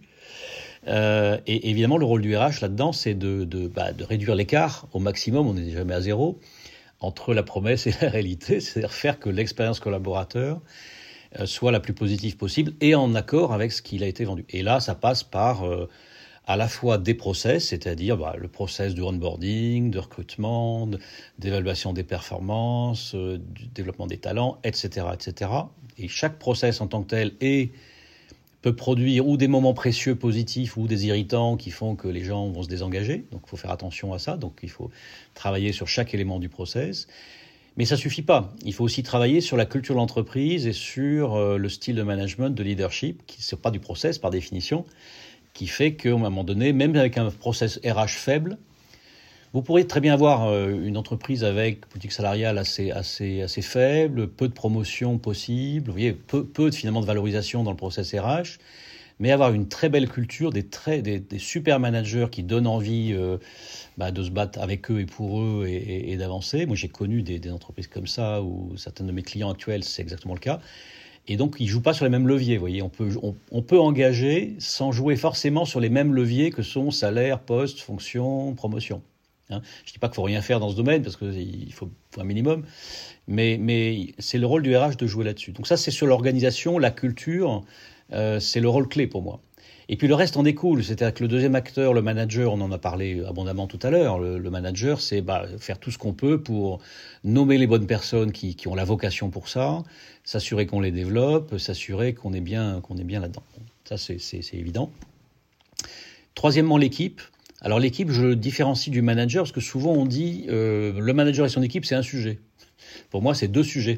Euh, et évidemment, le rôle du R H là-dedans, c'est de, de, bah, de réduire l'écart au maximum, on n'est jamais à zéro, entre la promesse et la réalité, c'est-à-dire faire que l'expérience collaborateur euh, soit la plus positive possible et en accord avec ce qu'il a été vendu. Et là, ça passe par euh, à la fois des process, c'est-à-dire bah, le process de onboarding, de recrutement, de, d'évaluation des performances, euh, du développement des talents, et cetera, et cetera. Et chaque process en tant que tel est, peut produire ou des moments précieux positifs ou des irritants qui font que les gens vont se désengager. Donc il faut faire attention à ça. Donc il faut travailler sur chaque élément du process. Mais ça suffit pas. Il faut aussi travailler sur la culture de l'entreprise et sur euh, le style de management, de leadership, qui n'est pas du process par définition, qui fait qu'à un moment donné, même avec un process R H faible, vous pourriez très bien avoir une entreprise avec politique salariale assez, assez, assez faible, peu de promotion possible, vous voyez, peu, peu de, finalement de valorisation dans le process R H, mais avoir une très belle culture, des, très, des, des super managers qui donnent envie euh, bah, de se battre avec eux et pour eux et, et, et d'avancer. Moi, j'ai connu des, des entreprises comme ça où certains de mes clients actuels, c'est exactement le cas. Et donc, ils ne jouent pas sur les mêmes leviers. Vous voyez, on peut, on, on peut engager sans jouer forcément sur les mêmes leviers que sont salaire, poste, fonction, promotion. Hein. Je ne dis pas qu'il ne faut rien faire dans ce domaine, parce qu'il faut, faut un minimum, mais, mais c'est le rôle du R H de jouer là-dessus. Donc ça, c'est sur l'organisation, la culture, euh, c'est le rôle clé pour moi. Et puis le reste en découle, c'est-à-dire que le deuxième acteur, le manager, on en a parlé abondamment tout à l'heure, le, le manager, c'est bah, faire tout ce qu'on peut pour nommer les bonnes personnes qui, qui ont la vocation pour ça, s'assurer qu'on les développe, s'assurer qu'on est bien, qu'on est bien là-dedans. Ça, c'est, c'est, c'est évident. Troisièmement, l'équipe. Alors l'équipe, je le différencie du manager parce que souvent on dit euh, le manager et son équipe, c'est un sujet. Pour moi, c'est deux sujets,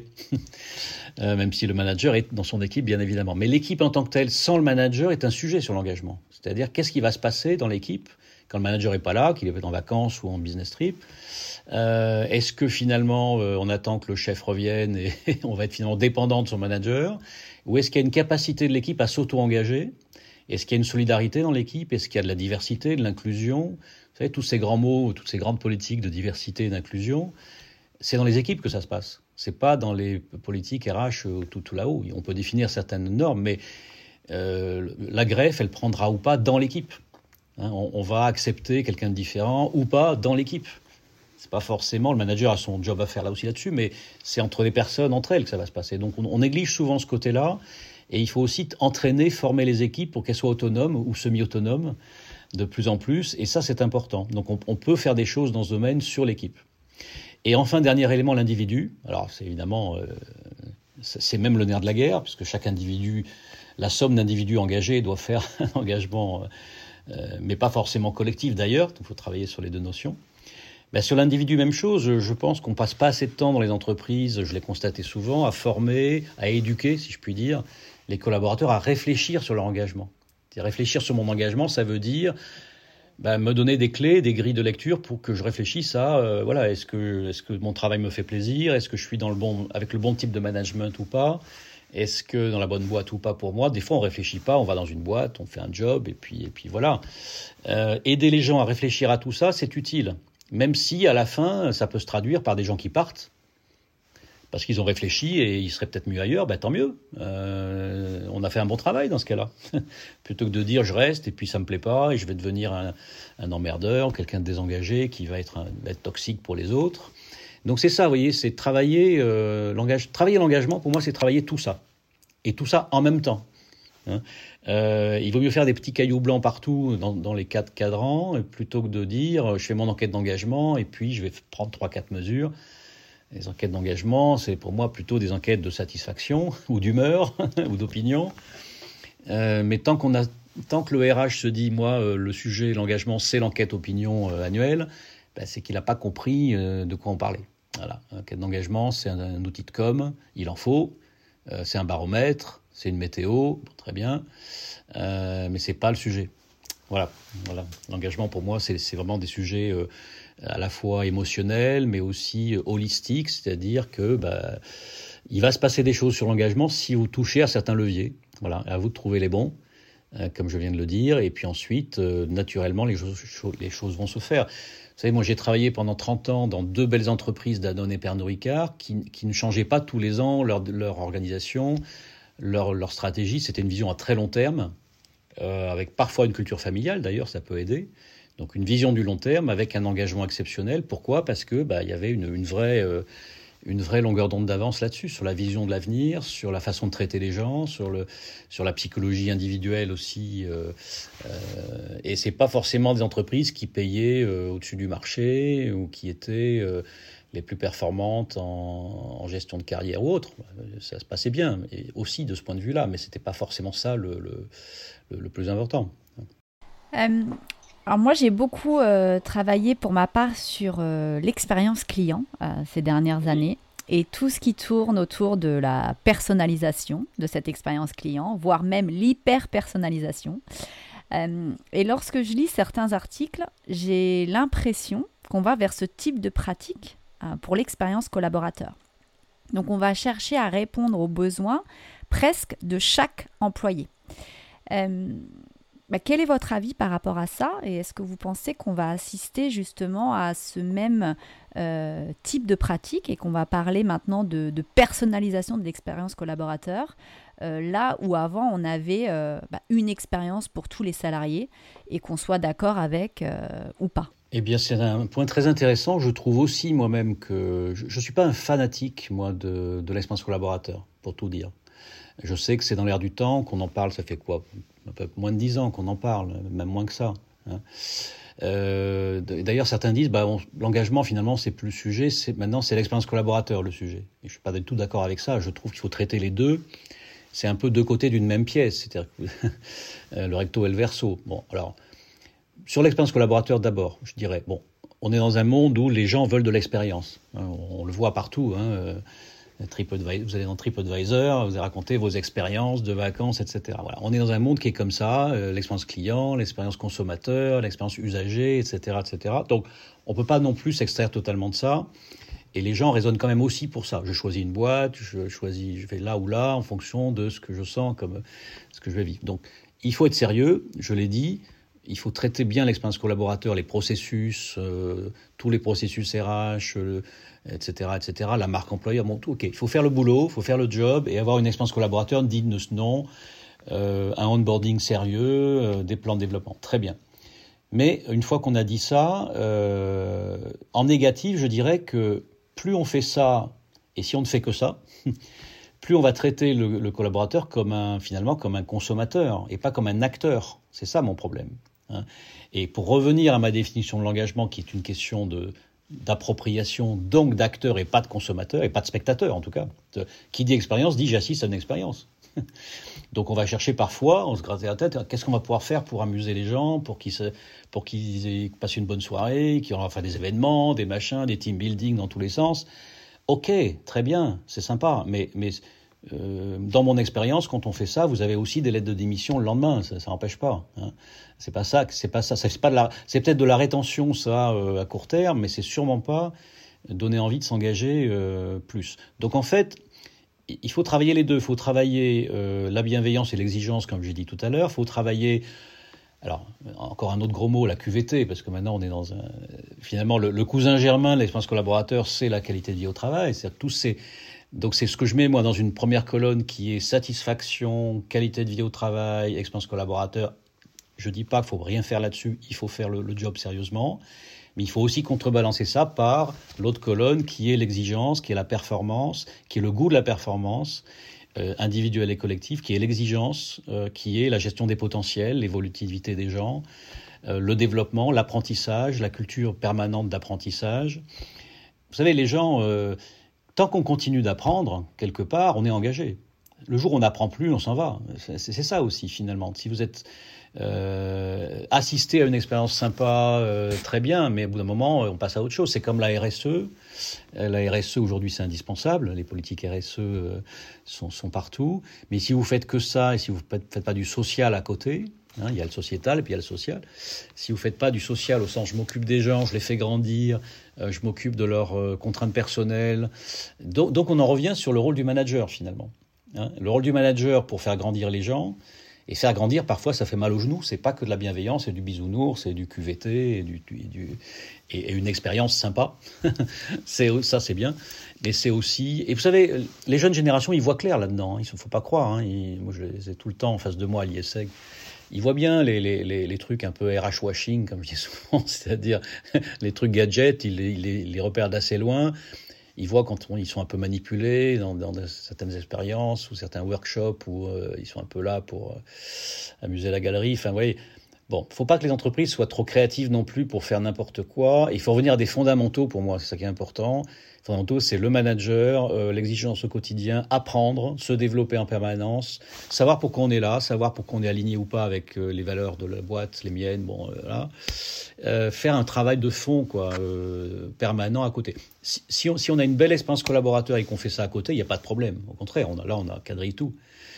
euh, même si le manager est dans son équipe, bien évidemment. Mais l'équipe en tant que telle, sans le manager, est un sujet sur l'engagement. C'est-à-dire, qu'est-ce qui va se passer dans l'équipe quand le manager n'est pas là, qu'il est en vacances ou en business trip. Euh, est-ce que finalement, euh, on attend que le chef revienne et on va être finalement dépendant de son manager? Ou est-ce qu'il y a une capacité de l'équipe à s'auto-engager? Est-ce qu'il y a une solidarité dans l'équipe? Est-ce qu'il y a de la diversité, de l'inclusion? Vous savez, tous ces grands mots, toutes ces grandes politiques de diversité et d'inclusion, c'est dans les équipes que ça se passe. C'est pas dans les politiques R H tout, tout là-haut. On peut définir certaines normes, mais euh, la greffe, elle prendra ou pas dans l'équipe. Hein, on, on va accepter quelqu'un de différent ou pas dans l'équipe. C'est pas forcément, le manager a son job à faire là aussi là-dessus, mais c'est entre les personnes, entre elles que ça va se passer. Donc on, on néglige souvent ce côté-là. Et il faut aussi entraîner, former les équipes pour qu'elles soient autonomes ou semi-autonomes de plus en plus. Et ça, c'est important. Donc, on, on peut faire des choses dans ce domaine sur l'équipe. Et enfin, dernier élément, l'individu. Alors, c'est évidemment, euh, c'est même le nerf de la guerre, puisque chaque individu, la somme d'individus engagés doit faire un engagement, euh, mais pas forcément collectif d'ailleurs. Il faut travailler sur les deux notions. Ben, sur l'individu, même chose. Je pense qu'on passe pas assez de temps dans les entreprises, je l'ai constaté souvent, à former, à éduquer, si je puis dire, les collaborateurs à réfléchir sur leur engagement. Et réfléchir sur mon engagement, ça veut dire ben, me donner des clés, des grilles de lecture pour que je réfléchisse à euh, voilà, est-ce que, est-ce que mon travail me fait plaisir? Est-ce que je suis dans le bon, avec le bon type de management ou pas? Est-ce que dans la bonne boîte ou pas pour moi? Des fois, on réfléchit pas, on va dans une boîte, on fait un job, et puis, et puis voilà. Euh, aider les gens à réfléchir à tout ça, c'est utile. Même si, à la fin, ça peut se traduire par des gens qui partent, parce qu'ils ont réfléchi et ils seraient peut-être mieux ailleurs, ben tant mieux. Euh, on a fait un bon travail dans ce cas-là. Plutôt que de dire je reste et puis ça me plaît pas et je vais devenir un, un emmerdeur, quelqu'un de désengagé qui va être, un, va être toxique pour les autres. Donc c'est ça, vous voyez, c'est travailler, euh, l'engage... travailler l'engagement, pour moi, c'est travailler tout ça. Et tout ça en même temps. Hein. Euh, il vaut mieux faire des petits cailloux blancs partout dans, dans les quatre cadrans plutôt que de dire je fais mon enquête d'engagement et puis je vais prendre trois quatre mesures. Les enquêtes d'engagement, c'est pour moi plutôt des enquêtes de satisfaction ou d'humeur ou d'opinion. Euh, mais tant qu'on a, tant que le R H se dit moi euh, le sujet l'engagement c'est l'enquête opinion euh, annuelle, ben, c'est qu'il n'a pas compris euh, de quoi on parlait. Voilà, l'enquête d'engagement c'est un, un outil de com, il en faut, euh, c'est un baromètre. C'est une météo, très bien, euh, mais c'est pas le sujet. Voilà, voilà. L'engagement pour moi, c'est, c'est vraiment des sujets euh, à la fois émotionnels, mais aussi euh, holistiques, c'est-à-dire que bah, il va se passer des choses sur l'engagement si vous touchez à certains leviers. Voilà, à vous de trouver les bons, euh, comme je viens de le dire, et puis ensuite, euh, naturellement, les choses, les choses vont se faire. Vous savez, moi, j'ai travaillé pendant trente ans dans deux belles entreprises, Danone et Pernod Ricard, qui, qui ne changeaient pas tous les ans leur, leur organisation. Leur, leur stratégie, c'était une vision à très long terme, euh, avec parfois une culture familiale, d'ailleurs, ça peut aider. Donc une vision du long terme avec un engagement exceptionnel. Pourquoi ? Parce que bah, y avait une, une, vraie, euh, une vraie longueur d'onde d'avance là-dessus, sur la vision de l'avenir, sur la façon de traiter les gens, sur, le, sur la psychologie individuelle aussi. Euh, euh, et c'est pas forcément des entreprises qui payaient euh, au-dessus du marché ou qui étaient... Euh, les plus performantes en, en gestion de carrière ou autre. Ça se passait bien, et aussi de ce point de vue-là, mais ce n'était pas forcément ça le, le, le, le plus important. Euh, alors moi, j'ai beaucoup euh, travaillé pour ma part sur euh, l'expérience client euh, ces dernières années et tout ce qui tourne autour de la personnalisation de cette expérience client, voire même l'hyper-personnalisation. Euh, et lorsque je lis certains articles, j'ai l'impression qu'on va vers ce type de pratique pour l'expérience collaborateur. Donc, on va chercher à répondre aux besoins presque de chaque employé. Euh, bah, quel est votre avis par rapport à ça? Et est-ce que vous pensez qu'on va assister justement à ce même euh, type de pratique et qu'on va parler maintenant de, de personnalisation de l'expérience collaborateur, euh, là où avant on avait euh, bah, une expérience pour tous les salariés et qu'on soit d'accord avec euh, ou pas? Eh bien, c'est un point très intéressant. Je trouve aussi moi-même que je ne suis pas un fanatique, moi, de, de l'expérience collaborateur, pour tout dire. Je sais que c'est dans l'air du temps, qu'on en parle, ça fait quoi ? Un peu moins de dix ans qu'on en parle, même moins que ça. Hein. Euh, d'ailleurs, certains disent, bah, on, l'engagement, finalement, c'est plus le sujet, c'est, maintenant, c'est l'expérience collaborateur, le sujet. Et je ne suis pas du tout d'accord avec ça. Je trouve qu'il faut traiter les deux. c'est un peu deux côtés d'une même pièce, c'est-à-dire que le recto et le verso. Bon, alors, sur l'expérience collaborateur d'abord, je dirais, bon, on est dans un monde où les gens veulent de l'expérience. Hein, on, on le voit partout. Hein, euh, TripAdvisor, vous allez dans TripAdvisor, vous allez raconter vos expériences de vacances, et cetera. Voilà. On est dans un monde qui est comme ça, euh, l'expérience client, l'expérience consommateur, l'expérience usager, et cetera, et cetera. Donc, on ne peut pas non plus s'extraire totalement de ça. Et les gens raisonnent quand même aussi pour ça. Je choisis une boîte, je choisis, je vais là ou là en fonction de ce que je sens comme ce que je vais vivre. Donc, il faut être sérieux, je l'ai dit. Il faut traiter bien l'expérience collaborateur, les processus, euh, tous les processus R H, euh, et cetera, et cetera. La marque employeur, bon, tout, ok. Il faut faire le boulot, il faut faire le job et avoir une expérience collaborateur digne de ce nom, euh, un onboarding sérieux, euh, des plans de développement. Très bien. Mais une fois qu'on a dit ça, euh, en négatif, je dirais que plus on fait ça, et si on ne fait que ça, plus on va traiter le, le collaborateur comme un, finalement comme un consommateur et pas comme un acteur. C'est ça mon problème. Hein. Et pour revenir à ma définition de l'engagement, qui est une question de, d'appropriation, donc d'acteur et pas de consommateur, et pas de spectateur en tout cas, de, qui dit expérience dit j'assiste à une expérience. Donc on va chercher parfois, on se gratte la tête, qu'est-ce qu'on va pouvoir faire pour amuser les gens, pour qu'ils, se, pour qu'ils passent une bonne soirée, qu'ils aient fait des événements, des machins, des team building dans tous les sens. Ok, très bien, c'est sympa, mais, mais euh, dans mon expérience, quand on fait ça, vous avez aussi des lettres de démission le lendemain, ça n'empêche pas. Hein. C'est pas ça, c'est pas ça, c'est pas de la, c'est peut-être de la rétention ça euh, à court terme, mais c'est sûrement pas donner envie de s'engager euh, plus. Donc en fait, il faut travailler les deux. Il faut travailler euh, la bienveillance et l'exigence, comme j'ai dit tout à l'heure. Il faut travailler, alors encore un autre gros mot, la Q V T, parce que maintenant on est dans un... Finalement, le, le cousin germain de l'expérience collaborateur, c'est la qualité de vie au travail. C'est-à-dire que tous ces... Donc c'est ce que je mets moi dans une première colonne qui est satisfaction, qualité de vie au travail, expérience collaborateur. Je dis pas qu'il faut rien faire là-dessus. Il faut faire le, le job sérieusement. Mais il faut aussi contrebalancer ça par l'autre colonne qui est l'exigence, qui est la performance, qui est le goût de la performance euh, individuelle et collective, qui est l'exigence, euh, qui est la gestion des potentiels, l'évolutivité des gens, euh, le développement, l'apprentissage, la culture permanente d'apprentissage. Vous savez, les gens, euh, tant qu'on continue d'apprendre, quelque part, on est engagé. Le jour où on n'apprend plus, on s'en va. C'est, c'est ça aussi, finalement. Si vous êtes... Euh, assister à une expérience sympa, euh, très bien, mais au bout d'un moment, on passe à autre chose. C'est comme la R S E. Euh, la R S E, aujourd'hui, c'est indispensable. Les politiques R S E euh, sont, sont partout. Mais si vous faites que ça, et si vous ne faites pas du social à côté, hein, il y a le sociétal et puis il y a le social. Si vous ne faites pas du social au sens je m'occupe des gens, je les fais grandir, euh, je m'occupe de leurs euh, contraintes personnelles. Donc, donc on en revient sur le rôle du manager, finalement. Hein. Le rôle du manager pour faire grandir les gens. Et faire grandir, parfois, ça fait mal aux genoux. C'est pas que de la bienveillance, c'est du bisounours, c'est du Q V T, et, du, et, du, et, et une expérience sympa. c'est, ça, c'est bien. Mais c'est aussi... Et vous savez, les jeunes générations, ils voient clair là-dedans. Il ne faut pas croire. Hein. Ils, moi, je les ai tout le temps en face de moi à l'I S E G. Ils voient bien les, les, les, les trucs un peu R H washing, comme je dis souvent, c'est-à-dire les trucs gadgets, ils les, ils les, ils les repèrent d'assez loin. Ils voient quand on, ils sont un peu manipulés dans, dans certaines expériences ou certains workshops où euh, ils sont un peu là pour euh, amuser la galerie. Enfin, vous voyez, bon, faut pas que les entreprises soient trop créatives non plus pour faire n'importe quoi. Il faut revenir à des fondamentaux pour moi, c'est ça qui est important. Les fondamentaux, c'est le manager, euh, l'exigence au quotidien, apprendre, se développer en permanence, savoir pourquoi on est là, savoir pourquoi on est aligné ou pas avec euh, les valeurs de la boîte, les miennes, bon, euh, là. Euh, faire un travail de fond, quoi, euh, permanent à côté. Si, si, on, si on a une belle expérience collaborateur et qu'on fait ça à côté, il n'y a pas de problème. Au contraire, on a, là, on a cadré tout.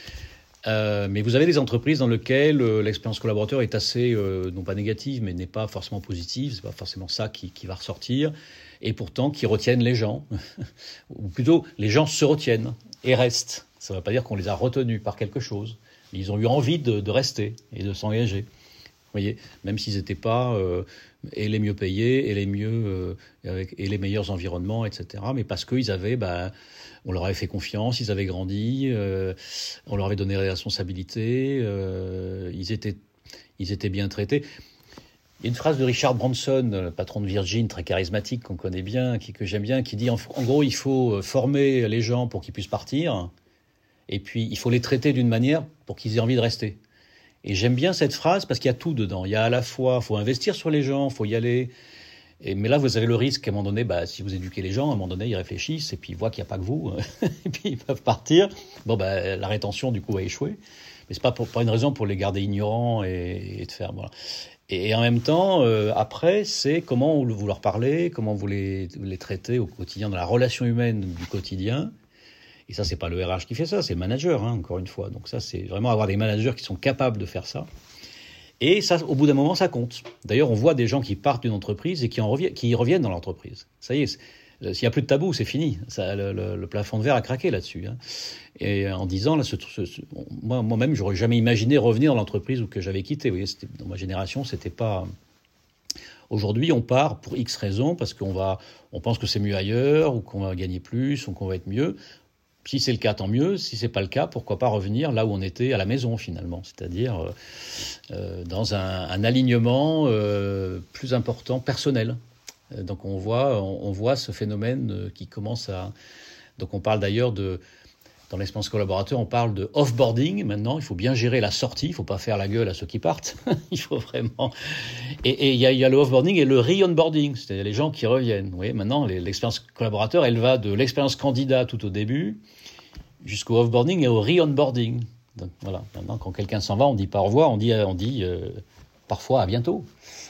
Euh, mais vous avez des entreprises dans lesquelles euh, l'expérience collaborateur est assez, euh, non pas négative, mais n'est pas forcément positive. C'est pas forcément ça qui, qui va ressortir. Et pourtant, qui retiennent les gens. Ou plutôt, les gens se retiennent et restent. Ça ne veut pas dire qu'on les a retenus par quelque chose. Mais ils ont eu envie de, de rester et de s'engager. Vous voyez, même s'ils n'étaient pas euh, et les mieux payés et les mieux euh, avec, et les meilleurs environnements, et cetera. Mais parce qu'ils avaient, bah, on leur avait fait confiance, ils avaient grandi, euh, on leur avait donné des responsabilités, euh, ils étaient, ils étaient bien traités. Il y a une phrase de Richard Branson, le patron de Virgin, très charismatique, qu'on connaît bien, qui, que j'aime bien, qui dit en, en gros, il faut former les gens pour qu'ils puissent partir, et puis il faut les traiter d'une manière pour qu'ils aient envie de rester. Et j'aime bien cette phrase parce qu'il y a tout dedans. Il y a à la fois, il faut investir sur les gens, il faut y aller, Et, mais là, vous avez le risque qu'à un moment donné, bah, si vous éduquez les gens, à un moment donné, ils réfléchissent et puis ils voient qu'il n'y a pas que vous, et puis ils peuvent partir. Bon, bah, la rétention, du coup, va échouer. Mais ce n'est pas, pour, pas une raison pour les garder ignorants et, et de faire... Voilà. Et, et en même temps, euh, après, c'est comment vous leur parlez, comment vous les, vous les traitez au quotidien, dans la relation humaine du quotidien. Et ça, c'est pas le R H qui fait ça, c'est le manager, hein, encore une fois. Donc ça, c'est vraiment avoir des managers qui sont capables de faire ça. Et ça, au bout d'un moment, ça compte. D'ailleurs, on voit des gens qui partent d'une entreprise et qui, en reviennent, qui reviennent dans l'entreprise. Ça y est, s'il n'y a plus de tabou, c'est fini. Ça, le, le, le plafond de verre a craqué là-dessus. Hein. Et en disant, là, ce, ce, ce, moi, moi-même, j'aurais jamais imaginé revenir dans l'entreprise que j'avais quittée. Vous voyez, c'était, dans ma génération, c'était pas... Aujourd'hui, on part pour X raisons, parce qu'on va, on pense que c'est mieux ailleurs, ou qu'on va gagner plus, ou qu'on va être mieux. Si c'est le cas, tant mieux. Si c'est pas le cas, pourquoi pas revenir là où on était à la maison finalement, c'est-à-dire euh, euh, dans un, un alignement euh, plus important personnel. Euh, donc on voit, on, on voit ce phénomène euh, qui commence à. Donc on parle d'ailleurs de, dans l'expérience collaborateur, on parle de off-boarding maintenant. Il faut bien gérer la sortie. Il ne faut pas faire la gueule à ceux qui partent. Il faut vraiment. Et il y, y a le off-boarding et le re-onboarding, c'est-à-dire les gens qui reviennent. Vous voyez, maintenant les, l'expérience collaborateur, elle va de l'expérience candidat tout au début jusqu'au off-boarding et au re-onboarding. Donc voilà, maintenant quand quelqu'un s'en va, on dit pas au revoir, on dit, on dit euh, parfois à bientôt.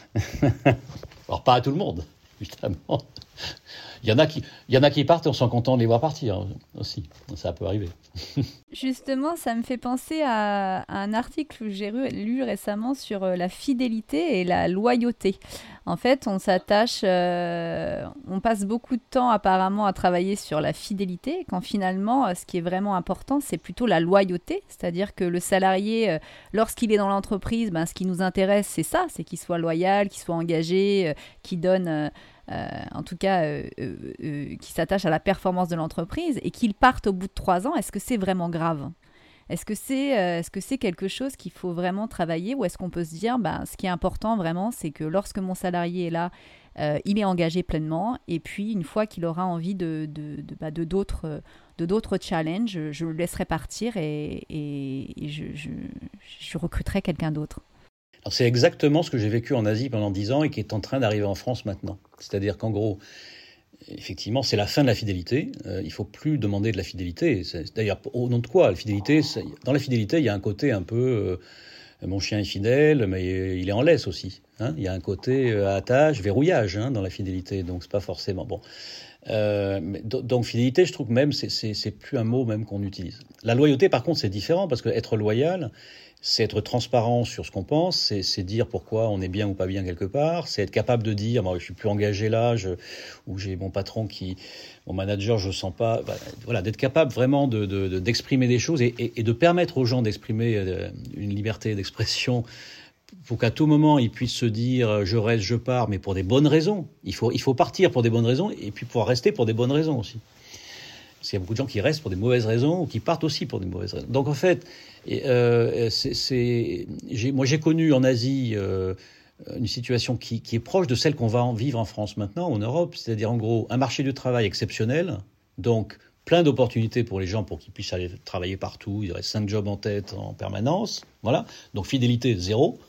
Alors pas à tout le monde, évidemment. Il y en a qui, il y en a qui partent et on sent content de les voir partir aussi. Ça peut arriver. Justement, ça me fait penser à, à un article que j'ai lu, lu récemment sur la fidélité et la loyauté. En fait, on s'attache, euh, on passe beaucoup de temps apparemment à travailler sur la fidélité, quand finalement, ce qui est vraiment important, c'est plutôt la loyauté. C'est-à-dire que le salarié, lorsqu'il est dans l'entreprise, ben, ce qui nous intéresse, c'est ça, c'est qu'il soit loyal, qu'il soit engagé, qu'il donne... Euh, Euh, en tout cas, euh, euh, euh, qui s'attache à la performance de l'entreprise et qu'ils partent au bout de trois ans, est-ce que c'est vraiment grave ? Est-ce que c'est, euh, est-ce que c'est quelque chose qu'il faut vraiment travailler ou est-ce qu'on peut se dire, bah, ce qui est important vraiment, c'est que lorsque mon salarié est là, euh, il est engagé pleinement et puis une fois qu'il aura envie de, de, de, bah, de, d'autres, de d'autres challenges, je le laisserai partir et, et, et je, je, je recruterai quelqu'un d'autre. Alors c'est exactement ce que j'ai vécu en Asie pendant dix ans et qui est en train d'arriver en France maintenant. C'est-à-dire qu'en gros, effectivement, c'est la fin de la fidélité. Euh, il ne faut plus demander de la fidélité. C'est, d'ailleurs, au nom de quoi ? La fidélité, c'est, dans la fidélité, il y a un côté un peu euh, mon chien est fidèle, mais il est en laisse aussi. Hein, il y a un côté euh, attache, verrouillage hein, dans la fidélité. Donc c'est pas forcément bon. Euh, mais, donc fidélité, je trouve que même c'est, c'est, c'est plus un mot même qu'on utilise. La loyauté, par contre, c'est différent parce que être loyal, c'est être transparent sur ce qu'on pense, c'est, c'est dire pourquoi on est bien ou pas bien quelque part, c'est être capable de dire moi, je suis plus engagé là, je, ou j'ai mon patron qui, mon manager, je sens pas, bah, voilà, d'être capable vraiment de, de, de, d'exprimer des choses et, et, et de permettre aux gens d'exprimer une liberté d'expression pour qu'à tout moment ils puissent se dire je reste, je pars, mais pour des bonnes raisons. Il faut, il faut partir pour des bonnes raisons et puis pouvoir rester pour des bonnes raisons aussi. Parce qu'il y a beaucoup de gens qui restent pour des mauvaises raisons ou qui partent aussi pour des mauvaises raisons. Donc en fait, euh, c'est, c'est, j'ai, moi j'ai connu en Asie euh, une situation qui, qui est proche de celle qu'on va en vivre en France maintenant, en Europe. C'est-à-dire en gros un marché du travail exceptionnel, donc plein d'opportunités pour les gens pour qu'ils puissent aller travailler partout. Il y aurait cinq jobs en tête en permanence. Voilà. Donc fidélité, zéro.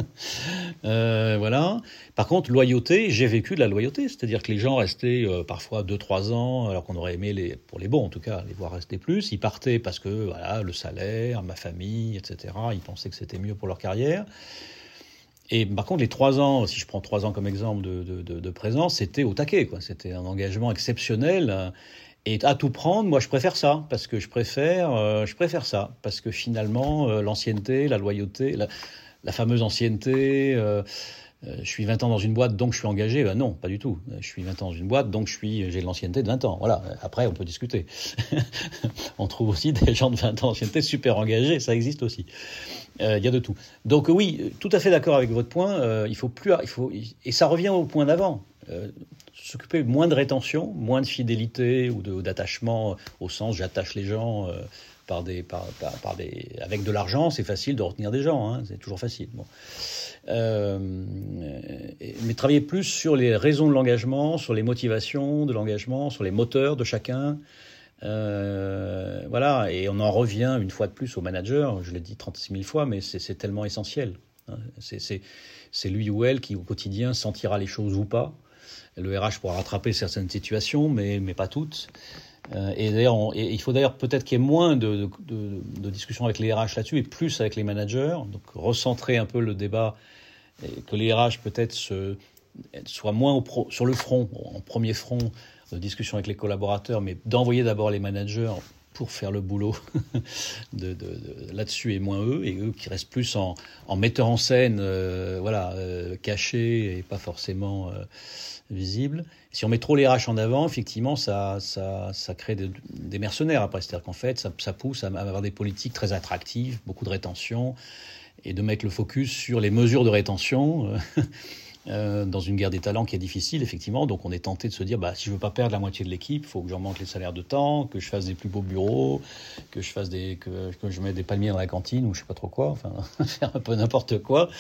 euh, voilà. Par contre, loyauté, j'ai vécu de la loyauté. C'est-à-dire que les gens restaient euh, parfois deux trois ans, alors qu'on aurait aimé, les, pour les bons en tout cas, les voir rester plus. Ils partaient parce que voilà, le salaire, ma famille, et cetera. Ils pensaient que c'était mieux pour leur carrière. Et par contre, les trois ans, si je prends trois ans comme exemple de, de, de, de présence, c'était au taquet, quoi. C'était un engagement exceptionnel. Et à tout prendre, moi, je préfère ça, parce que je préfère, euh, je préfère ça, parce que finalement, euh, l'ancienneté, la loyauté, la, la fameuse ancienneté, euh, euh, je suis vingt ans dans une boîte, donc je suis engagé. Ben non, pas du tout. Je suis vingt ans dans une boîte, donc je suis, j'ai de l'ancienneté de vingt ans. Voilà. Après, on peut discuter. On trouve aussi des gens de vingt ans d'ancienneté super engagés, ça existe aussi. Il euh, y a de tout. Donc oui, tout à fait d'accord avec votre point. Euh, il faut plus, il faut, et ça revient au point d'avant. Euh, s'occuper moins de rétention, moins de fidélité ou de, d'attachement au sens j'attache les gens euh, par des, par, par, par des, avec de l'argent, c'est facile de retenir des gens, hein, c'est toujours facile. Bon. Euh, mais travailler plus sur les raisons de l'engagement, sur les motivations de l'engagement, sur les moteurs de chacun. Euh, voilà, et on en revient une fois de plus au manager, je l'ai dit trente-six mille fois, mais c'est, c'est tellement essentiel. Hein. C'est, c'est, c'est lui ou elle qui au quotidien sentira les choses ou pas. Le R H pourra rattraper certaines situations, mais, mais pas toutes. Euh, et d'ailleurs, on, et il faut d'ailleurs peut-être qu'il y ait moins de, de, de, de discussions avec les R H là-dessus et plus avec les managers. Donc recentrer un peu le débat, et que les R H peut-être se, soient moins au pro, sur le front, en premier front de discussion avec les collaborateurs, mais d'envoyer d'abord les managers pour faire le boulot de, de, de, là-dessus et moins eux, et eux qui restent plus en, en metteur en scène, euh, voilà, euh, cachés et pas forcément euh, visibles. Si on met trop les R H en avant, effectivement, ça, ça, ça crée des, des mercenaires après. C'est-à-dire qu'en fait, ça, ça pousse à avoir des politiques très attractives, beaucoup de rétention, et de mettre le focus sur les mesures de rétention. Euh, dans une guerre des talents qui est difficile, effectivement. Donc on est tenté de se dire, bah, si je veux pas perdre la moitié de l'équipe, il faut que j'augmente les salaires de temps, que je fasse des plus beaux bureaux, que je fasse des, que, que je mette des palmiers dans la cantine ou je sais pas trop quoi, enfin, faire un peu n'importe quoi.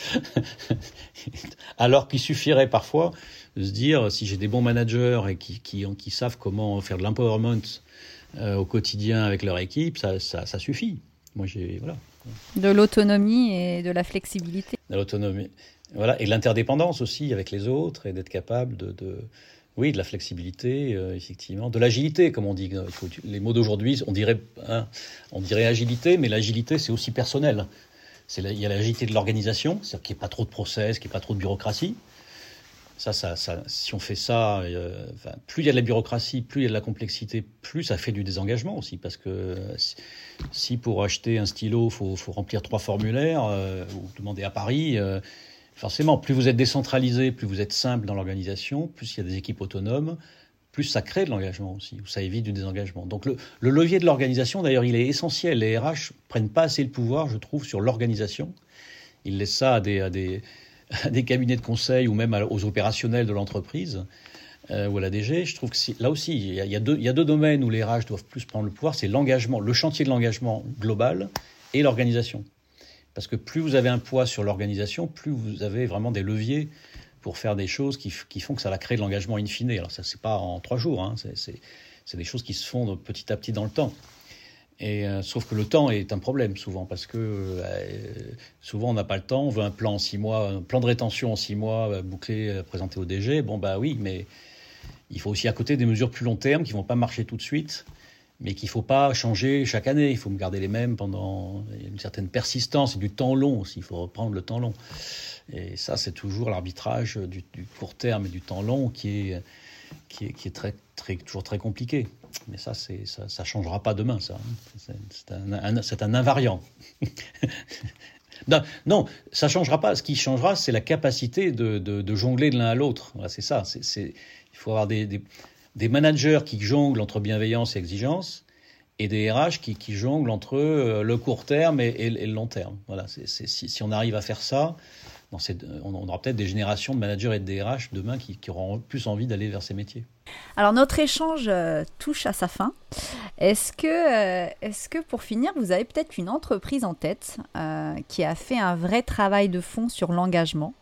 Alors qu'il suffirait parfois de se dire, si j'ai des bons managers et qui, qui, qui savent comment faire de l'empowerment euh, au quotidien avec leur équipe, ça, ça, ça suffit. Moi, j'ai, voilà. De l'autonomie et de la flexibilité. De l'autonomie. Voilà, et de l'interdépendance aussi avec les autres, et d'être capable de, de oui, de la flexibilité, euh, effectivement, de l'agilité, comme on dit. Il faut, les mots d'aujourd'hui, on dirait, hein, on dirait agilité, mais l'agilité, c'est aussi personnel. C'est la, il y a l'agilité de l'organisation, c'est-à-dire qu'il n'y ait pas trop de process, qu'il n'y ait pas trop de bureaucratie. Ça, ça, ça, si on fait ça, euh, enfin, plus il y a de la bureaucratie, plus il y a de la complexité, plus ça fait du désengagement aussi, parce que si, si pour acheter un stylo, il faut, faut remplir trois formulaires, euh, ou demander à Paris, euh, forcément, plus vous êtes décentralisé, plus vous êtes simple dans l'organisation, plus il y a des équipes autonomes, plus ça crée de l'engagement aussi, ou ça évite du désengagement. Donc le, le levier de l'organisation, d'ailleurs, il est essentiel. Les R H prennent pas assez le pouvoir, je trouve, sur l'organisation. Ils laissent ça à des, à des, à des cabinets de conseil ou même aux opérationnels de l'entreprise euh, ou à la D G. Je trouve que c'est, là aussi, il y, a, il, y a deux, il y a deux domaines où les R H doivent plus prendre le pouvoir. C'est l'engagement, le chantier de l'engagement global et l'organisation. Parce que plus vous avez un poids sur l'organisation, plus vous avez vraiment des leviers pour faire des choses qui, qui font que ça va créer de l'engagement in fine. Alors ça, c'est pas en trois jours, hein, c'est, c'est, c'est des choses qui se font petit à petit dans le temps. Et, euh, sauf que le temps est un problème souvent, parce que euh, souvent on n'a pas le temps, on veut un plan en six mois, un plan de rétention en six mois, euh, bouclé, euh, présenté au D G. Bon, bah oui, mais il faut aussi à côté des mesures plus long terme qui ne vont pas marcher tout de suite, mais qu'il ne faut pas changer chaque année. Il faut me garder les mêmes pendant une certaine persistance et du temps long aussi. Il faut reprendre le temps long. Et ça, c'est toujours l'arbitrage du, du court terme et du temps long qui est, qui est, qui est très, très, toujours très compliqué. Mais ça, c'est, ça ne changera pas demain, ça. C'est, c'est, un, un, c'est un invariant. non, non, ça ne changera pas. Ce qui changera, c'est la capacité de, de, de jongler de l'un à l'autre. Voilà, c'est ça. C'est, c'est, il faut avoir des... des Des managers qui jonglent entre bienveillance et exigence, et des R H qui, qui jonglent entre le court terme et, et, et le long terme. Voilà, c'est, c'est, si, si on arrive à faire ça, dans ces, on aura peut-être des générations de managers et de D R H demain qui, qui auront plus envie d'aller vers ces métiers. Alors notre échange euh, touche à sa fin. Est-ce que, euh, est-ce que pour finir, vous avez peut-être une entreprise en tête euh, qui a fait un vrai travail de fond sur l'engagement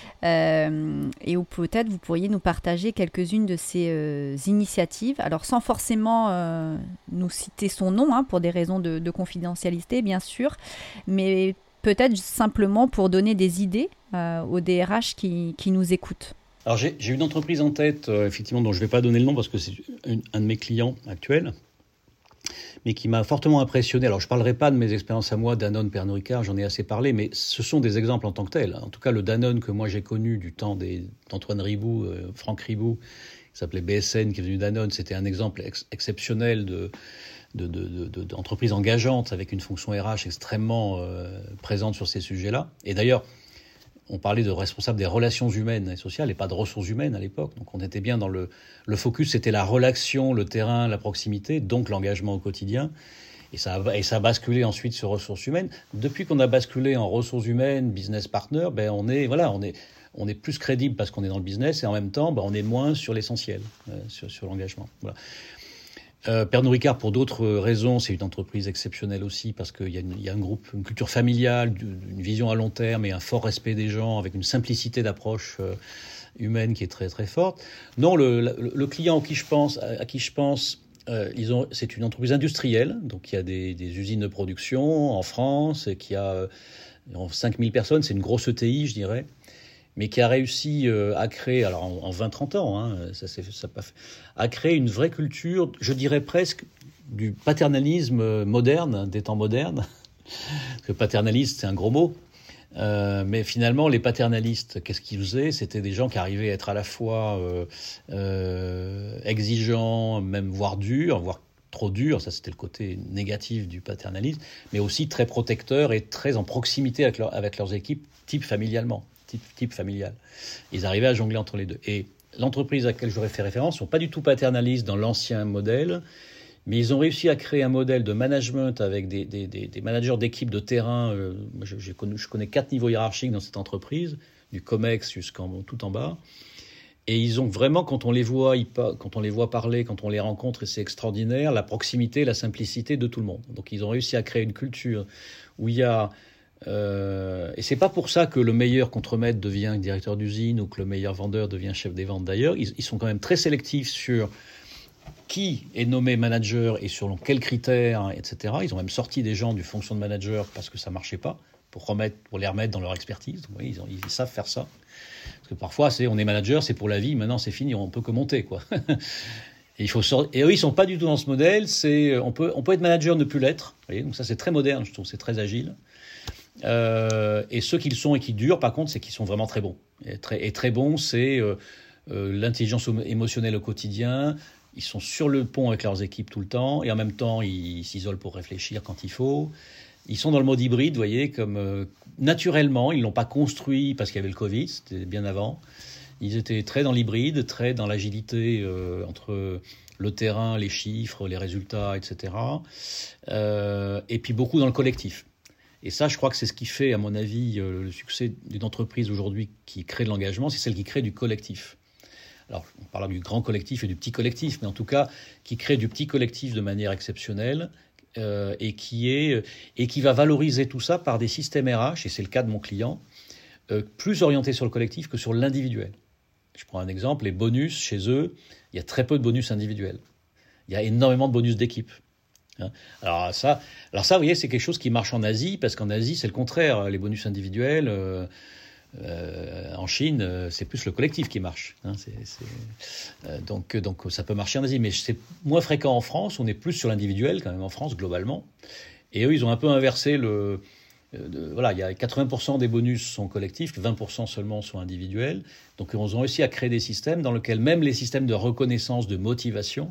euh, et où peut-être vous pourriez nous partager quelques-unes de ces euh, initiatives, alors sans forcément euh, nous citer son nom hein, pour des raisons de, de confidentialité bien sûr, mais peut-être simplement pour donner des idées euh, aux D R H qui, qui nous écoutent. Alors j'ai, j'ai une entreprise en tête, euh, effectivement, dont je ne vais pas donner le nom parce que c'est une, un de mes clients actuels, mais qui m'a fortement impressionné. Alors je ne parlerai pas de mes expériences à moi, Danone, Pernod Ricard, j'en ai assez parlé, mais ce sont des exemples en tant que tels. En tout cas, le Danone que moi j'ai connu du temps des, d'Antoine Riboud, euh, Franck Riboud, qui s'appelait B S N, qui est devenu Danone, c'était un exemple ex- exceptionnel de... De, de, de, de, d'entreprises engageantes avec une fonction R H extrêmement euh, présente sur ces sujets-là. Et d'ailleurs, on parlait de responsable des relations humaines et sociales et pas de ressources humaines à l'époque. Donc on était bien dans le... Le focus, c'était la relation, le terrain, la proximité, donc l'engagement au quotidien. Et ça, a, et ça a basculé ensuite sur ressources humaines. Depuis qu'on a basculé en ressources humaines, business partner, ben on est, voilà, on est, on est plus crédible parce qu'on est dans le business et en même temps, ben on est moins sur l'essentiel, euh, sur, sur l'engagement. Voilà. Euh, Pernod Ricard, pour d'autres raisons, c'est une entreprise exceptionnelle aussi parce qu'il y a, une, il y a un groupe, une culture familiale, une vision à long terme et un fort respect des gens avec une simplicité d'approche euh, humaine qui est très très forte. Non, le, le, le client à qui je pense, à, à qui je pense, euh, ils ont, c'est une entreprise industrielle, donc il y a des, des usines de production en France, et qui a euh, cinq mille personnes, c'est une grosse E T I, je dirais. mais qui a réussi euh, à créer, alors en, en vingt trente ans, hein, ça, c'est, ça pas fait, à créer une vraie culture, je dirais presque, du paternalisme moderne, des temps modernes. Parce que paternaliste, c'est un gros mot. Euh, mais finalement, les paternalistes, qu'est-ce qu'ils faisaient ? C'était des gens qui arrivaient à être à la fois euh, euh, exigeants, même voire durs, voire trop durs. Ça, c'était le côté négatif du paternalisme, mais aussi très protecteurs et très en proximité avec, leur, avec leurs équipes, type familialement, type, type familial. Ils arrivaient à jongler entre les deux. Et l'entreprise à laquelle j'aurais fait référence ne sont pas du tout paternalistes dans l'ancien modèle, mais ils ont réussi à créer un modèle de management avec des, des, des, des managers d'équipes de terrain. Euh, je, je, connais, je connais quatre niveaux hiérarchiques dans cette entreprise, du COMEX jusqu'en tout en bas. Et ils ont vraiment, quand on les voit, ils, quand on les voit parler, quand on les rencontre, et c'est extraordinaire, la proximité, la simplicité de tout le monde. Donc ils ont réussi à créer une culture où il y a... Euh, et c'est pas pour ça que le meilleur contremaître devient directeur d'usine ou que le meilleur vendeur devient chef des ventes d'ailleurs. Ils, ils sont quand même très sélectifs sur... qui est nommé manager et selon quels critères, et cetera. Ils ont même sorti des gens du fonction de manager parce que ça ne marchait pas, pour, remettre, pour les remettre dans leur expertise. Donc, oui, ils, ont, ils savent faire ça. Parce que parfois, c'est, on est manager, c'est pour la vie, maintenant c'est fini, on ne peut que monter, quoi. Et, il faut sort... et eux, ils ne sont pas du tout dans ce modèle. C'est, on, peut, on peut être manager, ne plus l'être. Vous voyez, donc ça, c'est très moderne, je trouve, c'est très agile. Euh, et ceux qui le sont et qui durent, par contre, c'est qu'ils sont vraiment très bons. Et très, et très bons, c'est euh, euh, l'intelligence émotionnelle au quotidien. Ils sont sur le pont avec leurs équipes tout le temps et en même temps, ils s'isolent pour réfléchir quand il faut. Ils sont dans le mode hybride, vous voyez, comme euh, naturellement, ils ne l'ont pas construit parce qu'il y avait le Covid, c'était bien avant. Ils étaient très dans l'hybride, très dans l'agilité euh, entre le terrain, les chiffres, les résultats, et cetera. Euh, et puis beaucoup dans le collectif. Et ça, je crois que c'est ce qui fait, à mon avis, euh, le succès d'une entreprise aujourd'hui qui crée de l'engagement, c'est celle qui crée du collectif. Alors, on parle du grand collectif et du petit collectif, mais en tout cas, qui crée du petit collectif de manière exceptionnelle euh, et, qui est, et qui va valoriser tout ça par des systèmes R H, et c'est le cas de mon client, euh, plus orientés sur le collectif que sur l'individuel. Je prends un exemple, les bonus, chez eux, il y a très peu de bonus individuels. Il y a énormément de bonus d'équipe. Hein. Alors, ça, alors ça, vous voyez, c'est quelque chose qui marche en Asie, parce qu'en Asie, c'est le contraire. Les bonus individuels... Euh, Euh, en Chine, euh, c'est plus le collectif qui marche. Hein, c'est, c'est, euh, donc, donc ça peut marcher en Asie, mais c'est moins fréquent en France. On est plus sur l'individuel quand même en France globalement. Et eux, ils ont un peu inversé le. Euh, de, voilà, il y a quatre-vingts pour cent des bonus sont collectifs, vingt pour cent seulement sont individuels. Donc ils ont réussi à créer des systèmes dans lesquels même les systèmes de reconnaissance, de motivation,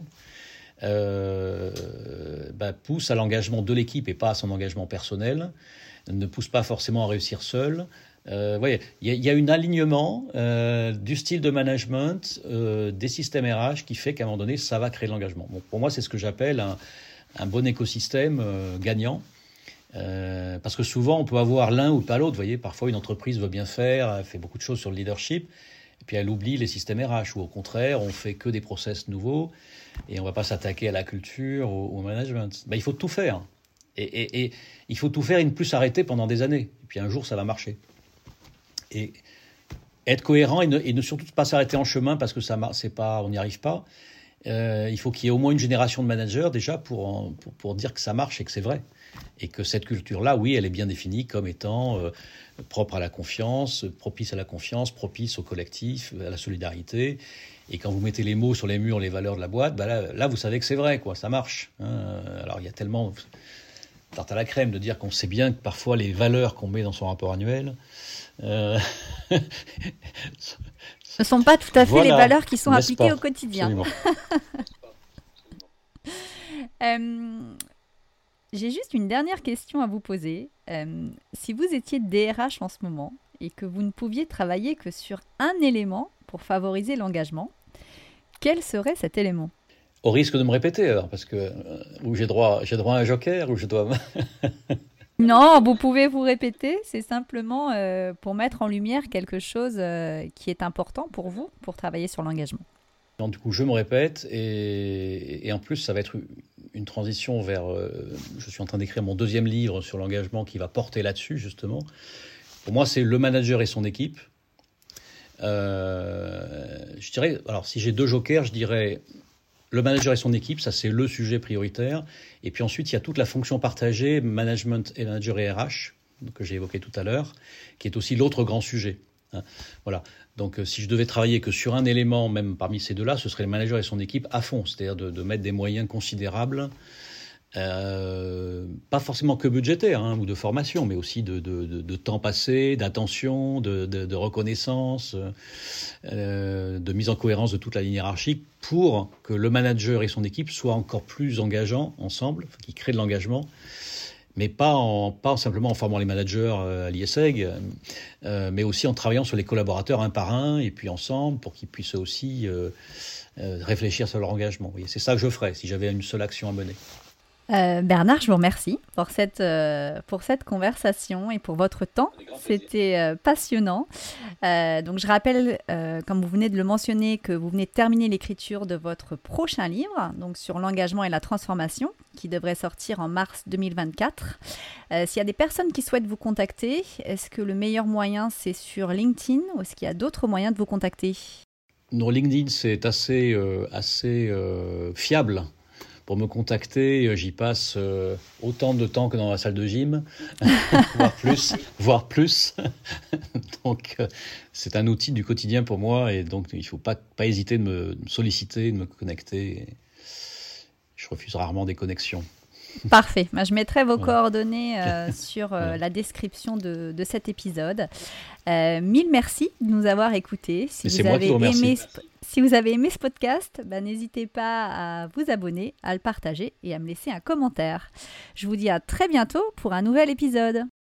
euh, bah, poussent à l'engagement de l'équipe et pas à son engagement personnel. Ne poussent pas forcément à réussir seul. Euh, voyez, il y, y a un alignement euh, du style de management, euh, des systèmes R H qui fait qu'à un moment donné, ça va créer de l'engagement. Bon, pour moi, c'est ce que j'appelle un, un bon écosystème euh, gagnant. Euh, parce que souvent, on peut avoir l'un ou pas l'autre. Vous voyez, parfois, une entreprise veut bien faire, elle fait beaucoup de choses sur le leadership, et puis elle oublie les systèmes R H, ou au contraire, on fait que des process nouveaux, et on ne va pas s'attaquer à la culture, au, au management. Ben, il faut tout faire. Et, et, et il faut tout faire et ne plus s'arrêter pendant des années. Et puis un jour, ça va marcher. Et être cohérent et ne, et ne surtout pas s'arrêter en chemin parce que ça, c'est pas, on n'y arrive pas. Euh, il faut qu'il y ait au moins une génération de managers déjà pour, pour, pour dire que ça marche et que c'est vrai. Et que cette culture-là, oui, elle est bien définie comme étant euh, propre à la confiance, propice à la confiance, propice au collectif, à la solidarité. Et quand vous mettez les mots sur les murs, les valeurs de la boîte, bah là, là, vous savez que c'est vrai, quoi, ça marche. Hein. Alors, il y a tellement... tarte à la crème de dire qu'on sait bien que parfois les valeurs qu'on met dans son rapport annuel euh... ce ne sont pas tout à fait voilà, les valeurs qui sont appliquées pas, au quotidien. euh, j'ai juste une dernière question à vous poser. Euh, si vous étiez D R H en ce moment et que vous ne pouviez travailler que sur un élément pour favoriser l'engagement, quel serait cet élément ? Au risque de me répéter, alors, parce que euh, où j'ai droit, j'ai droit à un joker, ou je dois... Non, vous pouvez vous répéter, c'est simplement euh, pour mettre en lumière quelque chose euh, qui est important pour vous, pour travailler sur l'engagement. Donc, du coup, je me répète, et, et en plus, ça va être une transition vers... Euh, je suis en train d'écrire mon deuxième livre sur l'engagement qui va porter là-dessus, justement. Pour moi, c'est le manager et son équipe. Euh, je dirais... Alors, si j'ai deux jokers, je dirais... Le manager et son équipe, ça c'est le sujet prioritaire. Et puis ensuite, il y a toute la fonction partagée, management et manager et R H, que j'ai évoqué tout à l'heure, qui est aussi l'autre grand sujet. hein. Voilà. Donc, euh, si je devais travailler que sur un élément, même parmi ces deux-là, ce serait le manager et son équipe à fond, c'est-à-dire de, de mettre des moyens considérables, euh, pas forcément que budgétaires hein, ou de formation, mais aussi de, de, de, de temps passé, d'attention, de, de, de reconnaissance, euh, de mise en cohérence de toute la ligne hiérarchique pour que le manager et son équipe soient encore plus engageants ensemble, qu'ils créent de l'engagement. Mais pas, en, pas simplement en formant les managers à l'I S E G, euh, mais aussi en travaillant sur les collaborateurs un par un, et puis ensemble, pour qu'ils puissent aussi euh, euh, réfléchir sur leur engagement. Vous voyez, c'est ça que je ferais, si j'avais une seule action à mener. Euh, Bernard, je vous remercie pour cette, euh, pour cette conversation et pour votre temps. C'était euh, passionnant. Euh, donc, je rappelle, euh, comme vous venez de le mentionner, que vous venez de terminer l'écriture de votre prochain livre, donc sur l'engagement et la transformation, qui devrait sortir en mars deux mille vingt-quatre. Euh, s'il y a des personnes qui souhaitent vous contacter, est-ce que le meilleur moyen, c'est sur LinkedIn ou est-ce qu'il y a d'autres moyens de vous contacter ? Non, LinkedIn, c'est assez, euh, assez euh, fiable. Pour me contacter, j'y passe euh, autant de temps que dans la salle de gym, voire plus, voire plus. Donc, euh, c'est un outil du quotidien pour moi et donc il ne faut pas, pas hésiter de me, de me solliciter, de me connecter. Je refuse rarement des connexions. Parfait. Bah, je mettrai vos Ouais. coordonnées euh, sur euh, Ouais. la description de, de cet épisode. Euh, mille merci de nous avoir écoutés. Si Mais vous c'est moi qui avez vous remercie. aimé ce- Si vous avez aimé ce podcast, bah, n'hésitez pas à vous abonner, à le partager et à me laisser un commentaire. Je vous dis à très bientôt pour un nouvel épisode.